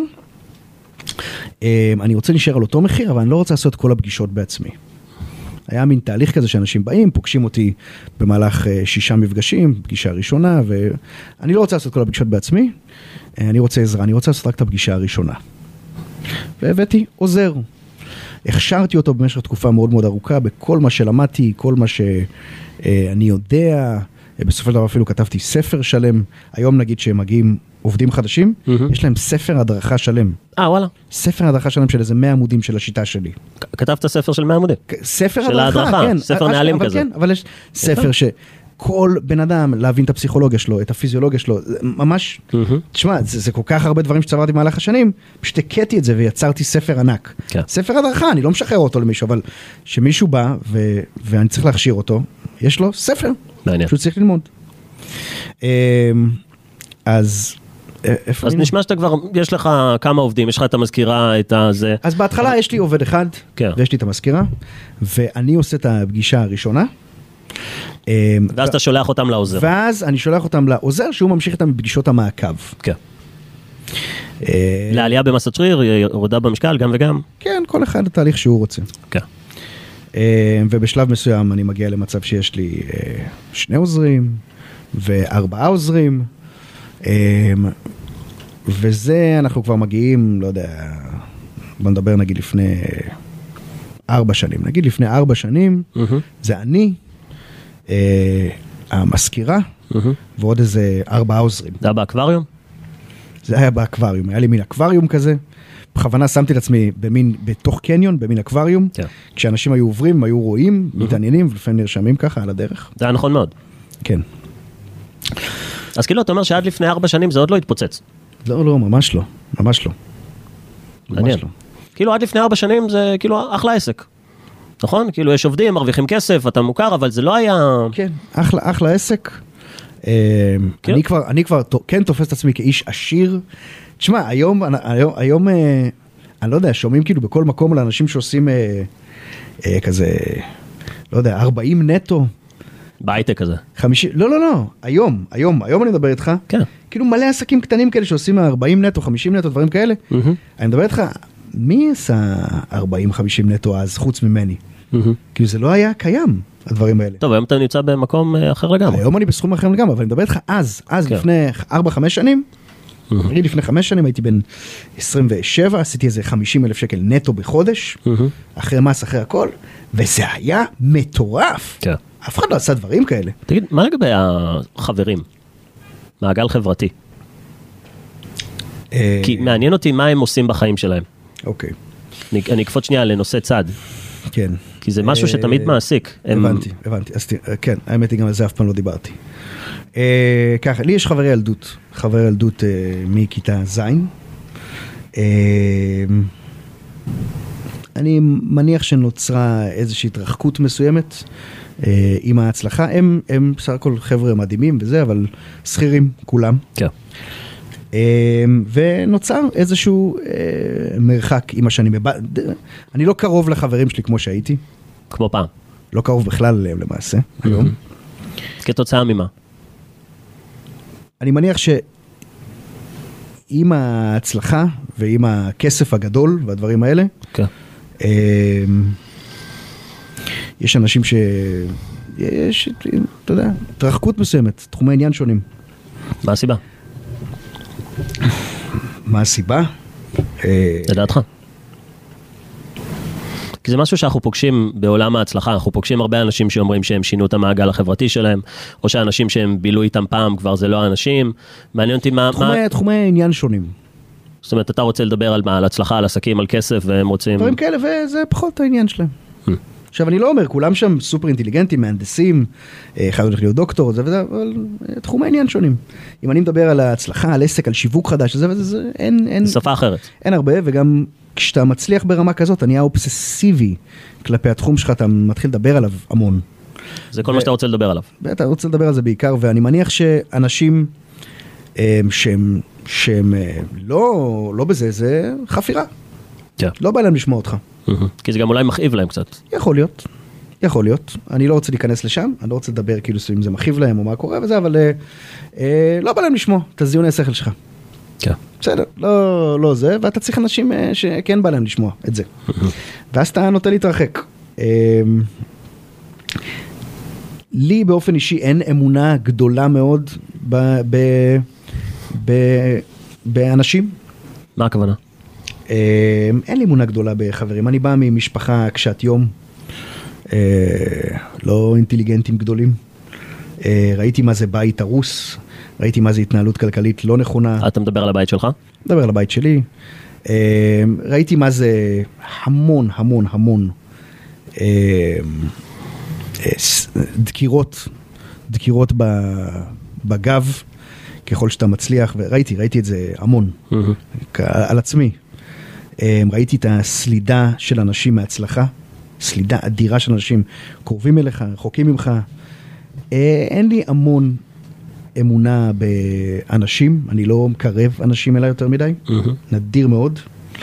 אני רוצה להישאר על אותו מחיר, אבל אני לא רוצה לעשות כל הפגישות בעצמי. היה מין תהליך כזה שאנשים באים, פוגשים אותי במהלך שישה מפגשים, פגישה ראשונה, ואני לא רוצה לעשות כל הפגישות בעצמי, אני רוצה עזרה, אני רוצה לעשות רק את הפגישה הראשונה. והבאתי עוזר. הכשרתי אותו במשך תקופה מאוד מאוד ארוכה, בכל מה שלמדתי, כל מה שאני יודע, בסופו של דבר אפילו כתבתי ספר שלם, היום נגיד שהם מגיעים עובדים חדשים, mm-hmm. יש להם ספר הדרכה שלם. אה, וואלה. ספר הדרכה שלם של איזה מאה עמודים של השיטה שלי. כתבת ספר של מאה עמודים? ספר של הדרכה, ההדרכה, כן. ספר נעלים אבל כזה. כן, אבל יש ספר שכל בן אדם להבין את הפסיכולוגיה שלו, את הפיזיולוגיה שלו, ממש, mm-hmm. תשמע, זה, זה כל כך הרבה דברים שצברתי במהלך השנים, פשוט הקטתי את זה ויצרתי ספר ענק. כן. ספר הדרכה, אני לא משחרר אותו למישהו, אבל שמישהו בא ו, ואני צריך להכשיר אותו, יש לו ספר. מעניין. פשוט צריך ללמוד. אז אז נשמע שאתה כבר, יש לך כמה עובדים, יש לך את המזכירה, את הזה. אז בהתחלה יש לי עובד אחד, ויש לי את המזכירה, ואני עושה את הפגישה הראשונה. ואז אתה שולח אותם לעוזר. ואז אני שולח אותם לעוזר, שהוא ממשיך איתם בפגישות המעקב. כן. לעלייה במסת שריר, הורדה במשקל, גם וגם. כן, כל אחד התהליך שהוא רוצה. כן. ובשלב מסוים אני מגיע למצב שיש לי שני עוזרים, וארבעה עוזרים, וזה אנחנו כבר מגיעים, לא יודע, בוא נדבר נגיד לפני ארבע שנים, נגיד לפני ארבע שנים, זה אני, המזכירה, ועוד איזה ארבעה עוזרים. זה היה באקווריום? זה היה באקווריום, היה לי מין אקווריום כזה, בכוונה שמתי את עצמי במין, בתוך קניון, במין אקווריום, כשאנשים היו עוברים, היו רואים, מתעניינים, ולפעמים נרשמים ככה על הדרך. זה היה נכון מאוד. כן. אז כאילו אתה אומר שעד לפני ארבע שנים זה עוד לא התפוצץ. לא, לא, ממש לא, ממש לא. ממש לא. כאילו עד לפני ארבע שנים זה כאילו אחלה עסק. נכון? כאילו יש עובדים, מרוויחים כסף, אתה מוכר, אבל זה לא היה... כן, אחלה, אחלה עסק. אני כבר, אני כבר כן תופס את עצמי כאיש עשיר. תשמע, היום, היום, היום, אני לא יודע, שומעים כאילו בכל מקום לאנשים שעושים כזה, לא יודע, ארבעים נטו. בהייטק כזה. חמישים, לא, לא, לא, היום, היום, היום אני מדבר איתך. כן. כאילו מלא עסקים קטנים כאלה שעושים ארבעים נטו, חמישים נטו, דברים כאלה. אני מדבר איתך, מי עשה ארבעים חמישים נטו אז, חוץ ממני? כאילו זה לא היה קיים, הדברים האלה. טוב, היום אתה נמצא במקום אחר לגמרי. היום אני בסכום אחר לגמרי, אבל אני מדבר איתך אז, אז לפני ארבע חמש שנים, לפני חמש שנים הייתי בן עשרים ושבע, עשיתי איזה חמישים אלף שקל נטו בחודש, אחרי מס, אחרי הכל, וזה היה מטורף. כן. אף אחד לא עשה דברים כאלה. תגיד, מה לגבי החברים? מעגל חברתי. כי מעניין אותי מה הם עושים בחיים שלהם. אוקיי. אני אקפוץ שנייה לנושא צד. כן. כי זה משהו שתמיד מעסיק. הבנתי, הבנתי. אז כן, האמת היא גם על זה אף פעם לא דיברתי. ככה, לי יש חברי ילדות. חברי ילדות מכיתה זין. אני מניח שנוצרה איזושהי התרחקות מסוימת עם ההצלחה. הם, הם בסך הכל חבר'ה מדהימים וזה, אבל שכירים כולם. כן. ונוצר איזשהו מרחק עם השנים. אני לא קרוב לחברים שלי כמו שהייתי. כמו פעם. לא קרוב בכלל אליהם למעשה, היום. כתוצאה ממה? אני מניח שעם ההצלחה ועם הכסף הגדול והדברים האלה, כן. יש אנשים ש... יש, אתה יודע, התרחקות מסוימת, תחומי עניין שונים. מה הסיבה? מה הסיבה? לדעתך. כי זה משהו שאנחנו פוגשים בעולם ההצלחה, אנחנו פוגשים הרבה אנשים שאומרים שהם שינו את המעגל החברתי שלהם, או שאנשים שהם בילו איתם פעם כבר זה לא האנשים. מעניין אותי מה... תחומי, מה... תחומי עניין שונים. זאת אומרת, אתה רוצה לדבר על מה? על הצלחה, על עסקים, על כסף, והם רוצים... דברים כאלה, וזה פחות העניין שלהם. עכשיו, אני לא אומר, כולם שם סופר אינטליגנטים, מהנדסים, אחד הולך להיות דוקטור, זה וזה, אבל תחומי עניין שונים. אם אני מדבר על ההצלחה, על עסק, על שיווק חדש, זה וזה, זה, אין... אין שפה אחרת. אין הרבה, וגם כשאתה מצליח ברמה כזאת, אתה נהיה אובססיבי כלפי התחום שלך, אתה מתחיל לדבר עליו המון. זה כל מה שאתה רוצה לדבר עליו. אתה רוצה לדבר על זה בעיקר, ואני מניח שאנשים שהם, שהם לא, לא בזה, זה חפירה. לא בא להם לשמוע אותך. כי זה גם אולי מכאיב להם קצת. יכול להיות, יכול להיות. אני לא רוצה להיכנס לשם, אני לא רוצה לדבר כאילו אם זה מכאיב להם או מה קורה וזה, אבל לא בא להם לשמוע את הזיוני השכל שלך. כן. בסדר, לא, לא זה, ואתה צריך אנשים שכן בא להם לשמוע את זה. ואז אתה נוטה להתרחק. לי באופן אישי אין אמונה גדולה מאוד ב, ב, ב, באנשים. מה הכוונה? אין לי אמונה גדולה בחברים. אני בא ממשפחה קשת יום, לא אינטליגנטים גדולים. ראיתי מה זה בית הרוס, ראיתי מה זה התנהלות כלכלית לא נכונה. אתה מדבר על הבית שלך? מדבר על הבית שלי. ראיתי מה זה המון, המון, המון דקירות, דקירות בגב, ככל שאתה מצליח, וראיתי, ראיתי את זה המון, על עצמי. ראיתי את הסלידה של אנשים מהצלחה, סלידה אדירה של אנשים קרובים אליך, רחוקים ממך. אין לי המון אמונה באנשים, אני לא מקרב אנשים אליי יותר מדי, נדיר מאוד.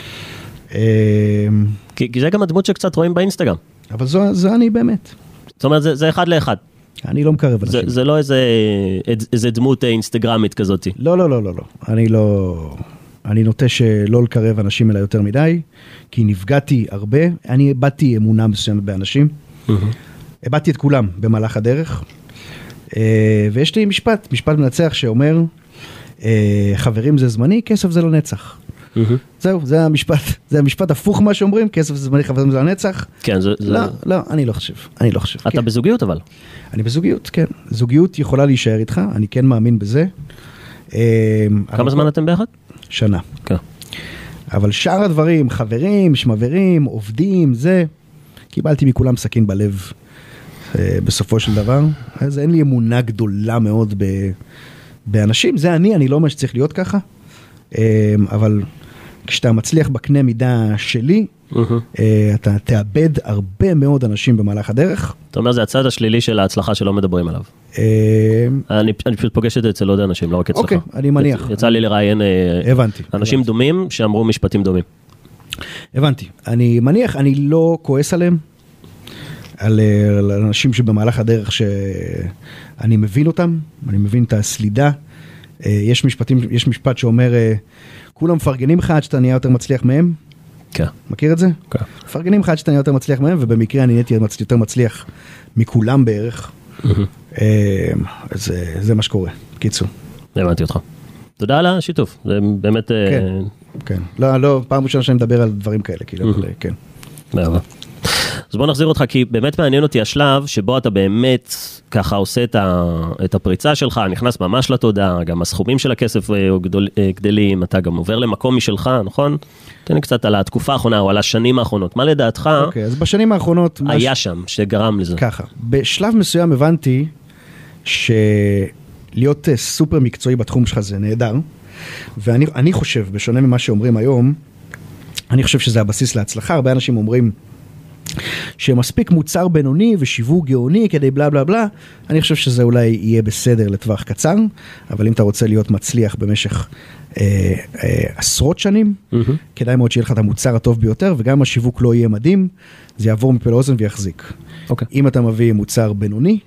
כי זה גם הדמות שקצת רואים באינסטגרם. אבל זו, זו אני באמת. זאת אומרת, זה, זה אחד לאחד. אני לא מקרב אנשים. זה, זה לא איזה, איזה דמות אינסטגרמית כזאת. לא, לא, לא, לא, לא. אני לא... אני נוטה שלא לקרב אנשים אליי יותר מדי, כי נפגעתי הרבה. אני הבאתי אמונה מסוימת באנשים. הבאתי את כולם במהלך הדרך. ויש לי משפט, משפט מנצח שאומר, חברים זה זמני, כסף זה לא נצח. זהו, זה המשפט, זה המשפט הפוך מה שאומרים, כסף זה זמני, חברים זה לא נצח. כן, זה... לא, לא, אני לא חושב, אני לא חושב. אתה בזוגיות אבל? אני בזוגיות, כן. זוגיות יכולה להישאר איתך, אני כן מאמין בזה. כמה זמן אתם ביחד? שנה. כן. אבל שאר הדברים, חברים, שמברים, עובדים, זה, קיבלתי מכולם סכין בלב בסופו של דבר. אז אין לי אמונה גדולה מאוד באנשים, זה אני, אני לא אומר שצריך להיות ככה, אבל כשאתה מצליח בקנה מידה שלי, אתה תאבד הרבה מאוד אנשים במהלך הדרך. אתה אומר, זה הצד השלילי של ההצלחה שלא מדברים עליו. אני פשוט פוגש את זה אצל עוד אנשים, לא רק אצלך. אוקיי, אני מניח. יצא לי לראיין אנשים דומים שאמרו משפטים דומים. הבנתי. אני מניח, אני לא כועס עליהם, על אנשים שבמהלך הדרך שאני מבין אותם, אני מבין את הסלידה. יש משפטים, יש משפט שאומר, כולם מפרגנים לך עד שאתה נהיה יותר מצליח מהם. כן. מכיר את זה? כן. מפרגנים לך עד שאתה נהיה יותר מצליח מהם, ובמקרה אני נהייתי יותר מצליח מכולם בערך. אז זה מה שקורה. קיצור. הבנתי אותך. תודה על השיתוף. זה באמת... כן, כן. לא, לא, פעם ראשונה שאני מדבר על דברים כאלה, כאילו, כן. באהבה. אז בוא נחזיר אותך, כי באמת מעניין אותי השלב שבו אתה באמת ככה עושה את, ה, את הפריצה שלך, נכנס ממש לתודעה, גם הסכומים של הכסף גדול, גדלים, אתה גם עובר למקום משלך, נכון? תן לי קצת על התקופה האחרונה או על השנים האחרונות. מה לדעתך אוקיי, אז בשנים האחרונות היה מש... שם שגרם לזה? ככה, בשלב מסוים הבנתי שלהיות סופר מקצועי בתחום שלך זה נהדר, ואני אני חושב, בשונה ממה שאומרים היום, אני חושב שזה הבסיס להצלחה. הרבה אנשים אומרים שמספיק מוצר בינוני ושיווק גאוני כדי בלה בלה בלה. אני חושב שזה אולי יהיה בסדר לטווח קצר, אבל אם אתה רוצה להיות מצליח במשך אה, אה, עשרות שנים, mm-hmm. כדאי מאוד שיהיה לך את המוצר הטוב ביותר, וגם אם השיווק לא יהיה מדהים, זה יעבור מפה לאוזן ויחזיק. Okay. אם אתה מביא מוצר בינוני,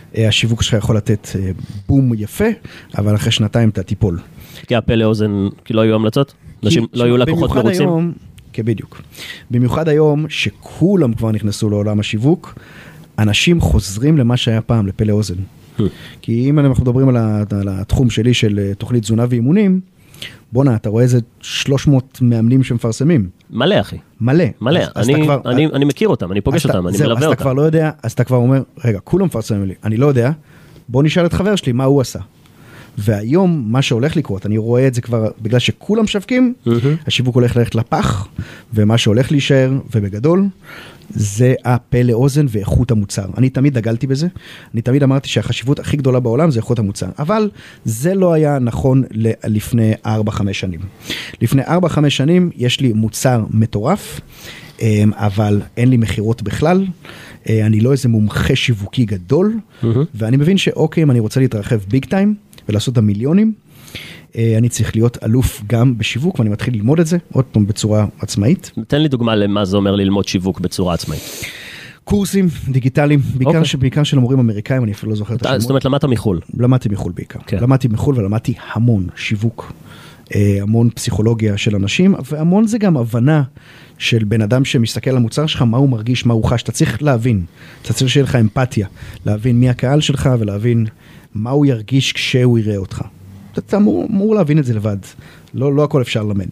השיווק שלך יכול לתת בום יפה, אבל אחרי שנתיים אתה תיפול. כי הפה לאוזן, כי לא היו המלצות? אנשים לא היו לקוחות מרוצים? כן, בדיוק. במיוחד היום שכולם כבר נכנסו לעולם השיווק, אנשים חוזרים למה שהיה פעם, לפה לאוזן. כי אם אנחנו מדברים על התחום שלי של תוכנית תזונה ואימונים, בונה, אתה רואה איזה שלוש מאות מאמנים שמפרסמים. מלא, אחי. מלא. מלא. אני, כבר, אני, אני מכיר אותם, אני פוגש אותם, אני זהו, מלווה אז אותם. אתה כבר לא יודע, אז אתה כבר אומר, רגע, כולם מפרסמים לי, אני לא יודע, בוא נשאל את חבר שלי, מה הוא עשה. והיום, מה שהולך לקרות, אני רואה את זה כבר, בגלל שכולם שווקים, השיווק הולך ללכת לפח, ומה שהולך להישאר, ובגדול, זה הפה לאוזן ואיכות המוצר. אני תמיד דגלתי בזה, אני תמיד אמרתי שהחשיבות הכי גדולה בעולם זה איכות המוצר, אבל זה לא היה נכון לפני ארבע חמש שנים. לפני ארבע חמש שנים יש לי מוצר מטורף, אבל אין לי מחירות בכלל, אני לא איזה מומחה שיווקי גדול, ואני מבין שאוקיי, אם אני רוצה להתרחב ביג טיים, ולעשות את המיליונים, אני צריך להיות אלוף גם בשיווק, ואני מתחיל ללמוד את זה, עוד פעם בצורה עצמאית. תן לי דוגמה למה זה אומר ללמוד שיווק בצורה עצמאית. קורסים דיגיטליים, בעיקר, okay. בעיקר של המורים אמריקאים, אני אפילו לא זוכר את השמות. זאת אומרת, למדת מחול. למדתי מחול בעיקר. Okay. למדתי מחול ולמדתי המון שיווק, המון פסיכולוגיה של אנשים, והמון זה גם הבנה של בן אדם שמסתכל על המוצר שלך, מה הוא מרגיש, מה הוא חש. אתה צריך להבין, אתה צריך שיהיה לך אמפתיה, להבין מי הקהל שלך ולהבין מה הוא ירגיש כשהוא יראה אותך. אתה אמור, אמור להבין את זה לבד. לא, לא הכל אפשר ללמד.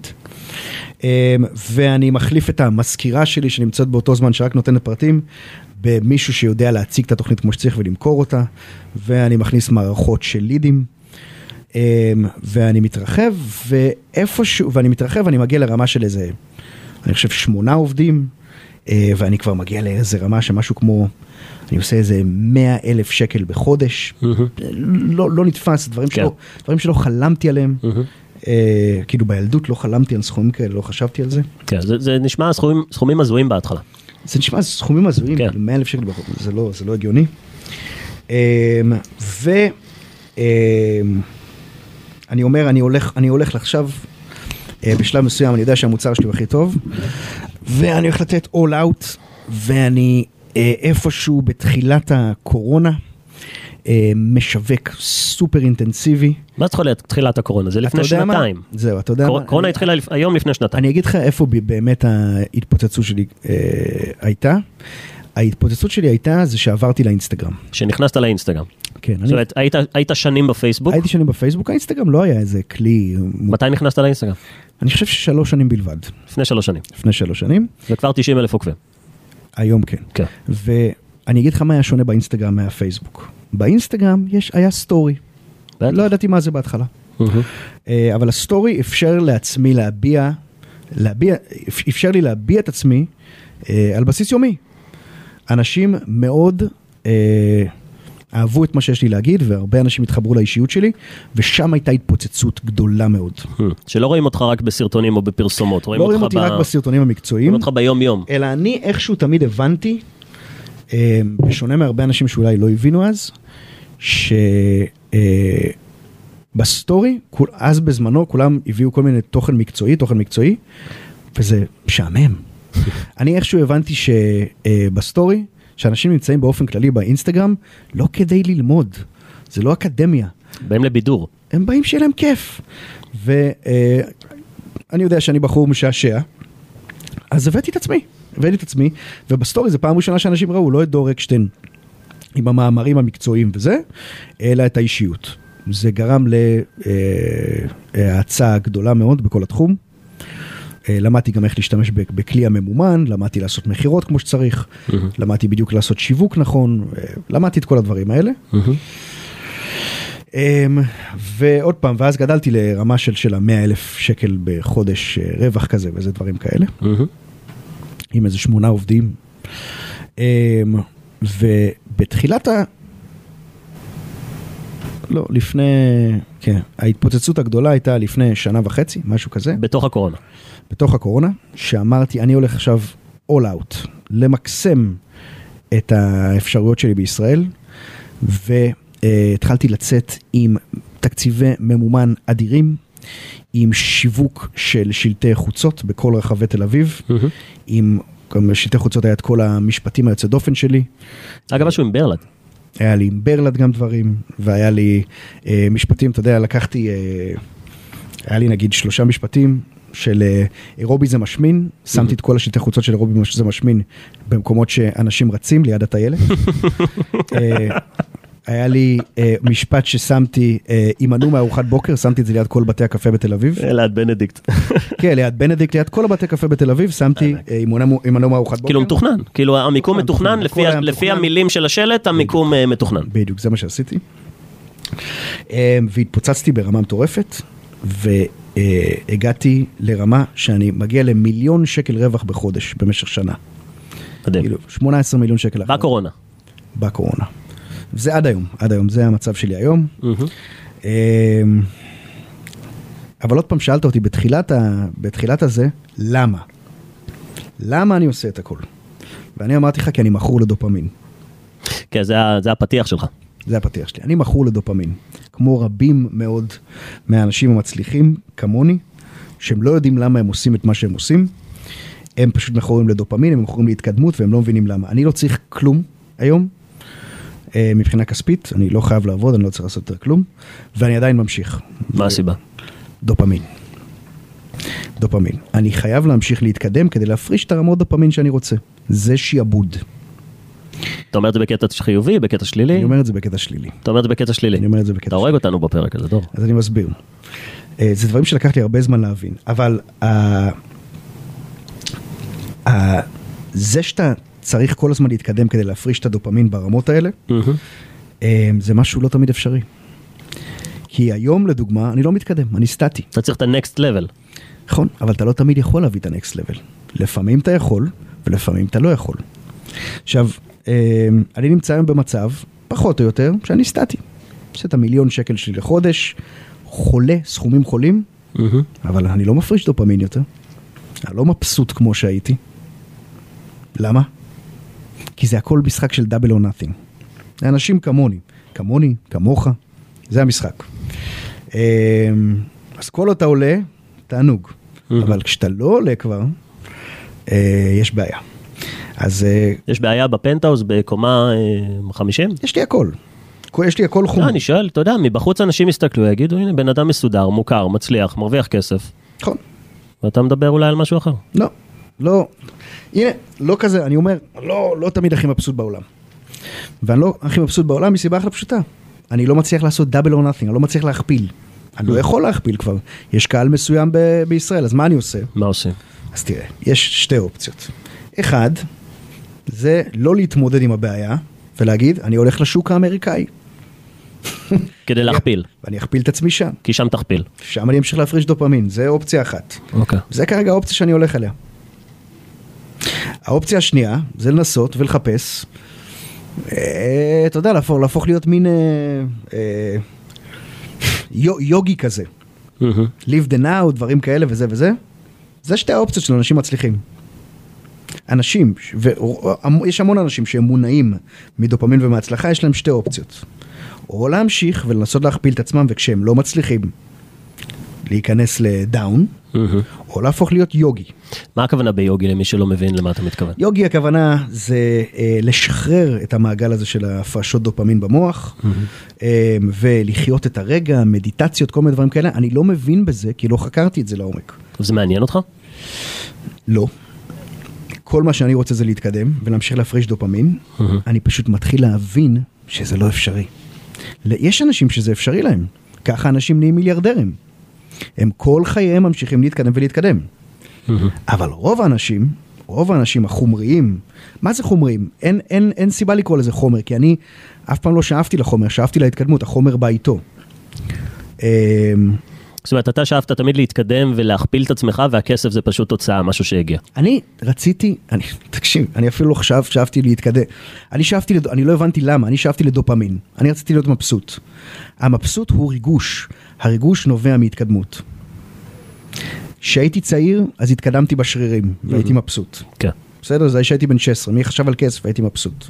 ואני מחליף את המזכירה שלי שנמצאת באותו זמן שרק נותנת פרטים, במישהו שיודע להציג את התוכנית כמו שצריך ולמכור אותה, ואני מכניס מערכות של לידים, ואני מתרחב, ואיפשהו, ואני מתרחב, ואני מגיע לרמה של איזה, אני חושב שמונה עובדים, ואני כבר מגיע לאיזה רמה שמשהו כמו, אני עושה איזה מאה אלף שקל בחודש, לא, לא נתפס, דברים שלא, דברים שלא חלמתי עליהם, כאילו בילדות לא חלמתי על סכומים כאלה, לא חשבתי על זה. כן, זה נשמע סכומים הזויים בהתחלה. זה נשמע סכומים הזויים, מאה אלף שקל בחודש, זה לא, זה לא הגיוני. ואני אומר, אני הולך, אני הולך עכשיו, בשלב מסוים, אני יודע שהמוצר שלי הוא הכי טוב, ואני הולך לתת all out, ואני איפשהו בתחילת הקורונה, משווק סופר אינטנסיבי. מה צריך להיות תחילת הקורונה? זה לפני שנתיים. זהו, אתה יודע מה? קורונה התחילה היום לפני שנתיים. אני אגיד לך איפה באמת ההתפוצצות שלי הייתה. ההתפוצצות שלי הייתה זה שעברתי לאינסטגרם. שנכנסת לאינסטגרם. כן. זאת אומרת, היית שנים בפייסבוק? הייתי שנים בפייסבוק, האינסטגרם לא היה איזה כלי. מתי נכנסת לאינסטגרם? אני חושב ששלוש שנים בלבד. לפני שלוש שנים. לפני שלוש שנים. וכבר תשעים אלף עוקבים. היום כן. כן. ואני אגיד לך מה היה שונה באינסטגרם מהפייסבוק. באינסטגרם יש, היה סטורי. לא ידעתי מה זה בהתחלה. אבל הסטורי אפשר לעצמי להביע, להביע, אפשר לי להביע את עצמי על בסיס יומי. אנשים מאוד אהבו את מה שיש לי להגיד, והרבה אנשים התחברו לאישיות שלי, ושם הייתה התפוצצות גדולה מאוד. שלא רואים אותך רק בסרטונים או בפרסומות. לא רואים אותי רק בסרטונים המקצועיים. רואים אותך ביום יום. אלא אני איכשהו תמיד הבנתי, בשונה מהרבה אנשים שאולי לא הבינו אז, שבסטורי, אז בזמנו, כולם הביאו כל מיני תוכן מקצועי, תוכן מקצועי, וזה משעמם. אני איכשהו הבנתי שבסטורי, שאנשים נמצאים באופן כללי באינסטגרם, לא כדי ללמוד, זה לא אקדמיה. באים לבידור. הם באים שיהיה להם כיף. ואני יודע שאני בחור משעשע, אז הבאתי את עצמי, הבאתי את עצמי, ובסטורי זה פעם ראשונה שאנשים ראו, לא את דור אקשטיין, עם המאמרים המקצועיים וזה, אלא את האישיות. זה גרם להצעה גדולה מאוד בכל התחום. למדתי גם איך להשתמש בכלי הממומן, למדתי לעשות מחירות כמו שצריך, למדתי בדיוק לעשות שיווק נכון, למדתי את כל הדברים האלה. ועוד פעם, ואז גדלתי לרמה של של המאה אלף שקל בחודש רווח כזה, וזה דברים כאלה. עם איזה שמונה עובדים. ובתחילת ה... לא, לפני... כן, ההתפוצצות הגדולה הייתה לפני שנה וחצי, משהו כזה. בתוך הקורונה. בתוך הקורונה, שאמרתי, אני הולך עכשיו all out, למקסם את האפשרויות שלי בישראל, והתחלתי לצאת עם תקציבי ממומן אדירים, עם שיווק של שלטי חוצות בכל רחבי תל אביב, עם שלטי חוצות היה את כל המשפטים היוצא דופן שלי. אגב, משהו עם ברלד. היה לי עם ברלד גם דברים, והיה לי אה, משפטים, אתה יודע, לקחתי, אה, היה לי נגיד שלושה משפטים של אה, אירובי זה משמין, שמתי mm-hmm. את כל השלטי חוצות של אירובי זה משמין, במקומות שאנשים רצים ליד הטיילת. אה, היה לי אה, משפט ששמתי, אה, אימנו מארוחת בוקר, שמתי את זה ליד כל בתי הקפה בתל אביב. ליד בנדיקט. כן, ליד בנדיקט, ליד כל הבתי קפה בתל אביב, שמתי אה, אימנו מארוחת בוקר. כאילו מתוכנן, כאילו המיקום מתוכנן, לפי, לפי המילים של השלט, המיקום בדיוק. מתוכנן. בדיוק, זה מה שעשיתי. אה, והתפוצצתי ברמה מטורפת, והגעתי לרמה שאני מגיע למיליון שקל רווח בחודש, במשך שנה. מדהים. כאילו, שמונה עשרה מיליון שקל. בקורונה. בקורונה. זה עד היום, עד היום, זה המצב שלי היום. Mm-hmm. אבל עוד פעם שאלת אותי, בתחילת, ה, בתחילת הזה, למה? למה אני עושה את הכל? ואני אמרתי לך, כי אני מכור לדופמין. כן, זה, זה הפתיח שלך. זה הפתיח שלי. אני מכור לדופמין. כמו רבים מאוד מהאנשים המצליחים, כמוני, שהם לא יודעים למה הם עושים את מה שהם עושים, הם פשוט מכורים לדופמין, הם מכורים להתקדמות, והם לא מבינים למה. אני לא צריך כלום היום, מבחינה כספית, אני לא חייב לעבוד, אני לא צריך לעשות יותר כלום, ואני עדיין ממשיך. מה הסיבה? דופמין. דופמין. אני חייב להמשיך להתקדם כדי להפריש את הרמות דופמין שאני רוצה. זה שיעבוד. אתה אומר את זה בקטע חיובי, בקטע שלילי? אני אומר את זה בקטע שלילי. אתה אומר את זה בקטע שלילי? אני אומר את זה בקטע שלילי. אתה הורג אותנו בפרק הזה, דור. אז אני מסביר. זה דברים שלקח לי הרבה זמן להבין, אבל זה שאתה צריך כל הזמן להתקדם כדי להפריש את הדופמין ברמות האלה, זה משהו לא תמיד אפשרי. כי היום, לדוגמה, אני לא מתקדם, אני סטטי. אתה צריך את ה-next level. נכון, אבל אתה לא תמיד יכול להביא את ה-next level. לפעמים אתה יכול, ולפעמים אתה לא יכול. עכשיו, אני נמצא היום במצב, פחות או יותר, שאני סטטי. עושה את המיליון שקל שלי לחודש, חולה, סכומים חולים, אבל אני לא מפריש דופמין יותר. אני לא מבסוט כמו שהייתי. למה? כי זה הכל משחק של double or nothing. זה אנשים כמוני, כמוני, כמוך, זה המשחק. אז כל אותה עולה, תענוג. אבל כשאתה לא עולה כבר, יש בעיה. אז... יש בעיה בפנטהאוס בקומה חמישים? יש לי הכל. יש לי הכל חום. אני שואל, אתה יודע, מבחוץ אנשים יסתכלו, יגידו, הנה, בן אדם מסודר, מוכר, מצליח, מרוויח כסף. נכון. ואתה מדבר אולי על משהו אחר. לא, לא. הנה, לא כזה, אני אומר, לא, לא תמיד הכי מבסוט בעולם. ואני לא הכי מבסוט בעולם מסיבה אחת פשוטה. אני לא מצליח לעשות double or nothing, אני לא מצליח להכפיל. אני לא יכול להכפיל כבר. יש קהל מסוים ב- בישראל, אז מה אני עושה? מה עושה? אז תראה, יש שתי אופציות. אחד, זה לא להתמודד עם הבעיה, ולהגיד, אני הולך לשוק האמריקאי. כדי להכפיל. ואני אכפיל את עצמי שם. כי שם תכפיל. שם אני אמשיך להפריש דופמין, זה אופציה אחת. אוקיי. זה כרגע האופציה שאני הולך עליה. האופציה השנייה, זה לנסות ולחפש, אה, אתה יודע, להפוך, להפוך להיות מין אה, אה, יוגי כזה. Mm-hmm. live the now, דברים כאלה וזה וזה. זה שתי האופציות של אנשים מצליחים. אנשים, ויש המון אנשים שהם מונעים מדופמין ומהצלחה, יש להם שתי אופציות. או להמשיך ולנסות להכפיל את עצמם, וכשהם לא מצליחים להיכנס לדאון, mm-hmm. או להפוך להיות יוגי. מה הכוונה ביוגי למי שלא מבין למה אתה מתכוון? יוגי הכוונה זה אה, לשחרר את המעגל הזה של הפרשות דופמין במוח, mm-hmm. אה, ולחיות את הרגע, מדיטציות, כל מיני דברים כאלה. אני לא מבין בזה, כי לא חקרתי את זה לעומק. זה מעניין אותך? לא. כל מה שאני רוצה זה להתקדם, ולהמשיך להפריש דופמין. Mm-hmm. אני פשוט מתחיל להבין שזה לא אפשרי. יש אנשים שזה אפשרי להם. ככה אנשים נהיים מיליארדרים. הם כל חייהם ממשיכים להתקדם ולהתקדם. Mm-hmm. אבל רוב האנשים, רוב האנשים החומריים, מה זה חומריים? אין, אין, אין סיבה לקרוא לזה חומר, כי אני אף פעם לא שאפתי לחומר, שאפתי להתקדמות, החומר בא איתו. זאת אומרת, אתה שאפת תמיד להתקדם ולהכפיל את עצמך, והכסף זה פשוט תוצאה, משהו שהגיע. אני רציתי, אני, תקשיב, אני אפילו לא חשב, שאפתי להתקדם. אני שאפתי, אני לא הבנתי למה, אני שאפתי לדופמין. אני רציתי להיות מבסוט. המבסוט הוא ריגוש. הריגוש נובע מהתקדמות. כשהייתי צעיר, אז התקדמתי בשרירים, והייתי מבסוט. כן. בסדר? זה שהייתי בן שש עשרה, מי חשב על כסף, והייתי מבסוט.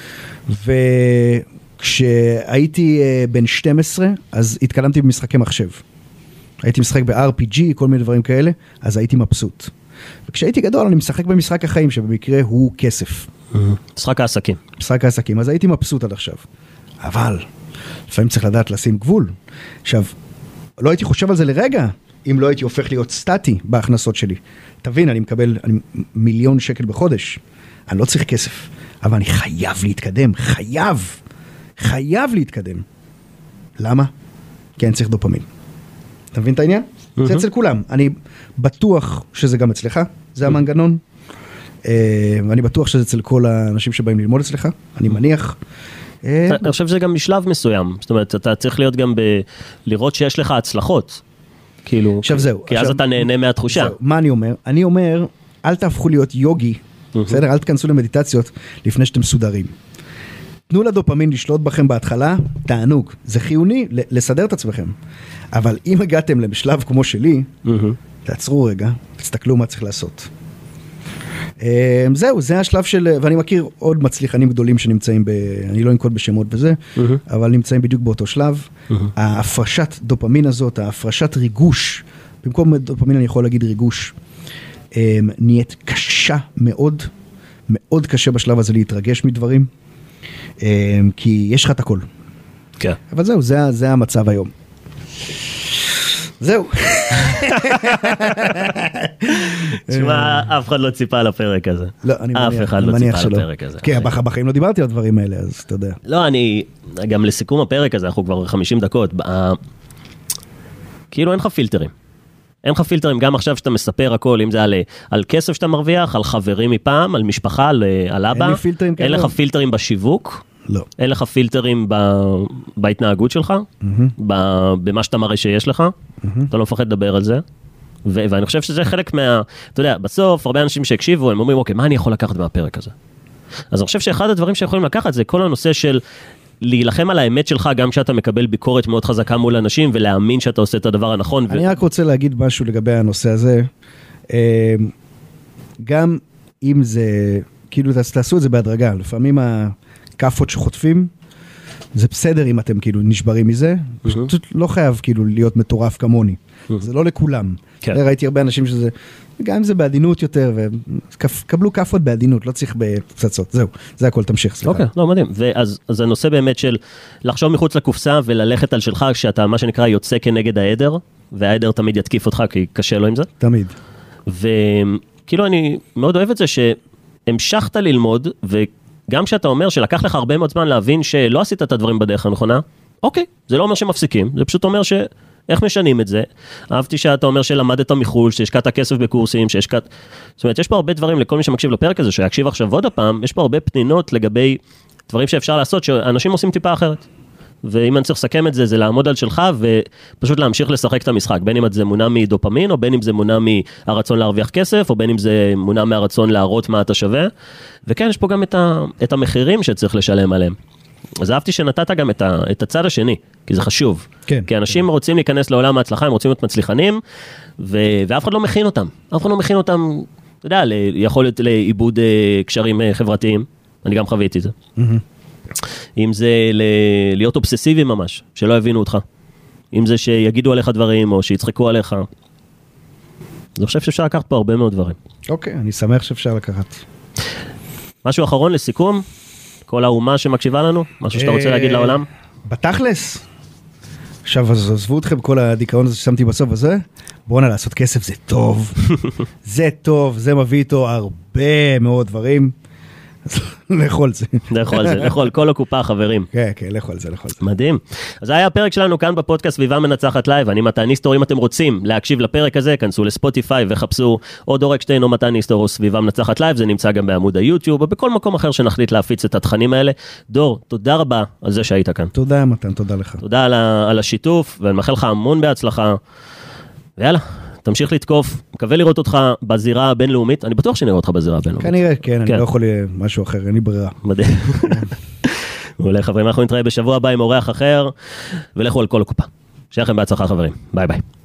וכשהייתי בן שתים עשרה, אז התקדמתי במשחקי מחשב. הייתי משחק ב-אר פי ג'י, כל מיני דברים כאלה, אז הייתי מבסוט. וכשהייתי גדול, אני משחק במשחק החיים, שבמקרה הוא כסף. משחק העסקים. משחק העסקים, אז הייתי מבסוט עד עכשיו. אבל לפעמים צריך לדעת לשים גבול. עכשיו, לא הייתי חושב על זה לרגע, אם לא הייתי הופך להיות סטטי בהכנסות שלי. תבין, אני מקבל אני, מיליון שקל בחודש, אני לא צריך כסף, אבל אני חייב להתקדם, חייב, חייב להתקדם. למה? כי אני צריך דופמין. אתה מבין את העניין? Mm-hmm. זה אצל כולם. אני בטוח שזה גם אצלך, זה המנגנון. ואני בטוח שזה אצל כל האנשים שבאים ללמוד אצלך, אני מניח. אני חושב שזה גם משלב מסוים, זאת אומרת, אתה צריך להיות גם לראות שיש לך הצלחות. כאילו, עכשיו זהו. כי אז אתה נהנה מהתחושה. מה אני אומר? אני אומר, אל תהפכו להיות יוגי, בסדר? אל תכנסו למדיטציות לפני שאתם סודרים. תנו לדופמין לשלוט בכם בהתחלה, תענוג. זה חיוני לסדר את עצמכם. אבל אם הגעתם לשלב כמו שלי, תעצרו רגע, תסתכלו מה צריך לעשות. זהו, זה השלב של, ואני מכיר עוד מצליחנים גדולים שנמצאים ב, אני לא אנקוט בשמות בזה, אבל נמצאים בדיוק באותו שלב. ההפרשת דופמין הזאת, ההפרשת ריגוש, במקום דופמין אני יכול להגיד ריגוש, נהיית קשה מאוד, מאוד קשה בשלב הזה להתרגש מדברים, כי יש לך את הכל. כן. אבל זהו, זה, זה המצב היום. זהו. תשמע, אף אחד לא ציפה על הפרק הזה. לא, אני מניח, אף אחד לא ציפה על הפרק הזה. כן, בחיים לא דיברתי על הדברים האלה, אז אתה יודע. לא, אני, גם לסיכום הפרק הזה, אנחנו כבר חמישים דקות, כאילו אין לך פילטרים. אין לך פילטרים, גם עכשיו שאתה מספר הכל, אם זה על, על כסף שאתה מרוויח, על חברים מפעם, על משפחה, על, על אבא. אין לי פילטרים כאלה. אין לך פילטרים בשיווק. לא. אין לך פילטרים ב... בהתנהגות שלך, mm-hmm. ב... במה שאתה מראה שיש לך, mm-hmm. אתה לא מפחד לדבר על זה, ו... ואני חושב שזה חלק מה... אתה יודע, בסוף, הרבה אנשים שהקשיבו, הם אומרים, אוקיי, מה אני יכול לקחת מהפרק הזה? אז אני חושב שאחד הדברים שיכולים לקחת, זה כל הנושא של להילחם על האמת שלך, גם כשאתה מקבל ביקורת מאוד חזקה מול אנשים, ולהאמין שאתה עושה את הדבר הנכון. אני ו... רק רוצה להגיד משהו לגבי הנושא הזה, גם אם זה, כאילו, תעשו את זה בהדרגה, לפעמים ה... קפות שחוטפים, זה בסדר אם אתם כאילו נשברים מזה, פשוט לא חייב כאילו להיות מטורף כמוני, זה לא לכולם. ראיתי הרבה אנשים שזה, גם אם זה בעדינות יותר, וקבלו קפות בעדינות, לא צריך בפצצות, זהו, זה הכל, תמשיך, סליחה. אוקיי, לא, מדהים, ואז הנושא באמת של לחשוב מחוץ לקופסה וללכת על שלך, כשאתה מה שנקרא יוצא כנגד העדר, והעדר תמיד יתקיף אותך, כי קשה לו עם זה. תמיד. וכאילו אני מאוד אוהב את זה שהמשכת ללמוד, ו גם שאתה אומר שלקח לך הרבה מאוד זמן להבין שלא עשית את הדברים בדרך הנכונה, אוקיי, זה לא אומר שמפסיקים, זה פשוט אומר שאיך משנים את זה. אהבתי שאתה אומר שלמדת מחול, שהשקעת כסף בקורסים, שהשקעת... זאת אומרת, יש פה הרבה דברים לכל מי שמקשיב לפרק הזה, שיקשיב עכשיו עוד הפעם, יש פה הרבה פנינות לגבי דברים שאפשר לעשות, שאנשים עושים טיפה אחרת. ואם אני צריך לסכם את זה, זה לעמוד על שלך, ופשוט להמשיך לשחק את המשחק, בין אם זה מונע מדופמין, או בין אם זה מונע מהרצון להרוויח כסף, או בין אם זה מונע מהרצון להראות מה אתה שווה, וכן, יש פה גם את, ה, את המחירים שצריך לשלם עליהם. אז אהבתי שנתת גם את, ה, את הצד השני, כי זה חשוב. כן. כי אנשים כן. רוצים להיכנס לעולם ההצלחה, הם רוצים להיות מצליחנים, ו, ואף אחד לא מכין אותם. אף אחד לא מכין אותם, אתה יודע, יכול להיות לאיבוד קשרים חברתיים, אני גם חוויתי את זה. Mm-hmm. אם זה ל- להיות אובססיבי ממש, שלא הבינו אותך. אם זה שיגידו עליך דברים, או שיצחקו עליך. אני חושב שאפשר לקחת פה הרבה מאוד דברים. אוקיי, אני שמח שאפשר לקחת. משהו אחרון לסיכום? כל האומה שמקשיבה לנו? משהו שאתה רוצה להגיד לעולם? בתכלס. עכשיו, אז עזבו אתכם כל הדיכאון הזה ששמתי בסוף הזה. בואו נע לעשות כסף, זה טוב. זה טוב, זה מביא איתו הרבה מאוד דברים. לאכול זה. לאכול זה, לאכול כל הקופה, חברים. כן, כן, לאכול זה, לאכול זה. מדהים. אז זה היה הפרק שלנו כאן בפודקאסט סביבה מנצחת לייב. אני מתן ניסטור, אם אתם רוצים להקשיב לפרק הזה, כנסו לספוטיפיי וחפשו או דור אקשטיין או מתן ניסטור או סביבה מנצחת לייב, זה נמצא גם בעמוד היוטיוב או בכל מקום אחר שנחליט להפיץ את התכנים האלה. דור, תודה רבה על זה שהיית כאן. תודה מתן, תודה לך. תודה על, ה- על השיתוף, ואני מאחל לך המון בהצלחה. ויאללה. תמשיך לתקוף, מקווה לראות אותך בזירה הבינלאומית, אני בטוח שנראה אותך בזירה הבינלאומית. כנראה, כן, אני לא יכול משהו אחר, אין לי ברירה. מדהים. אולי חברים, אנחנו נתראה בשבוע הבא עם אורח אחר, ולכו על כל הקופה. שיהיה לכם בהצלחה חברים, ביי ביי.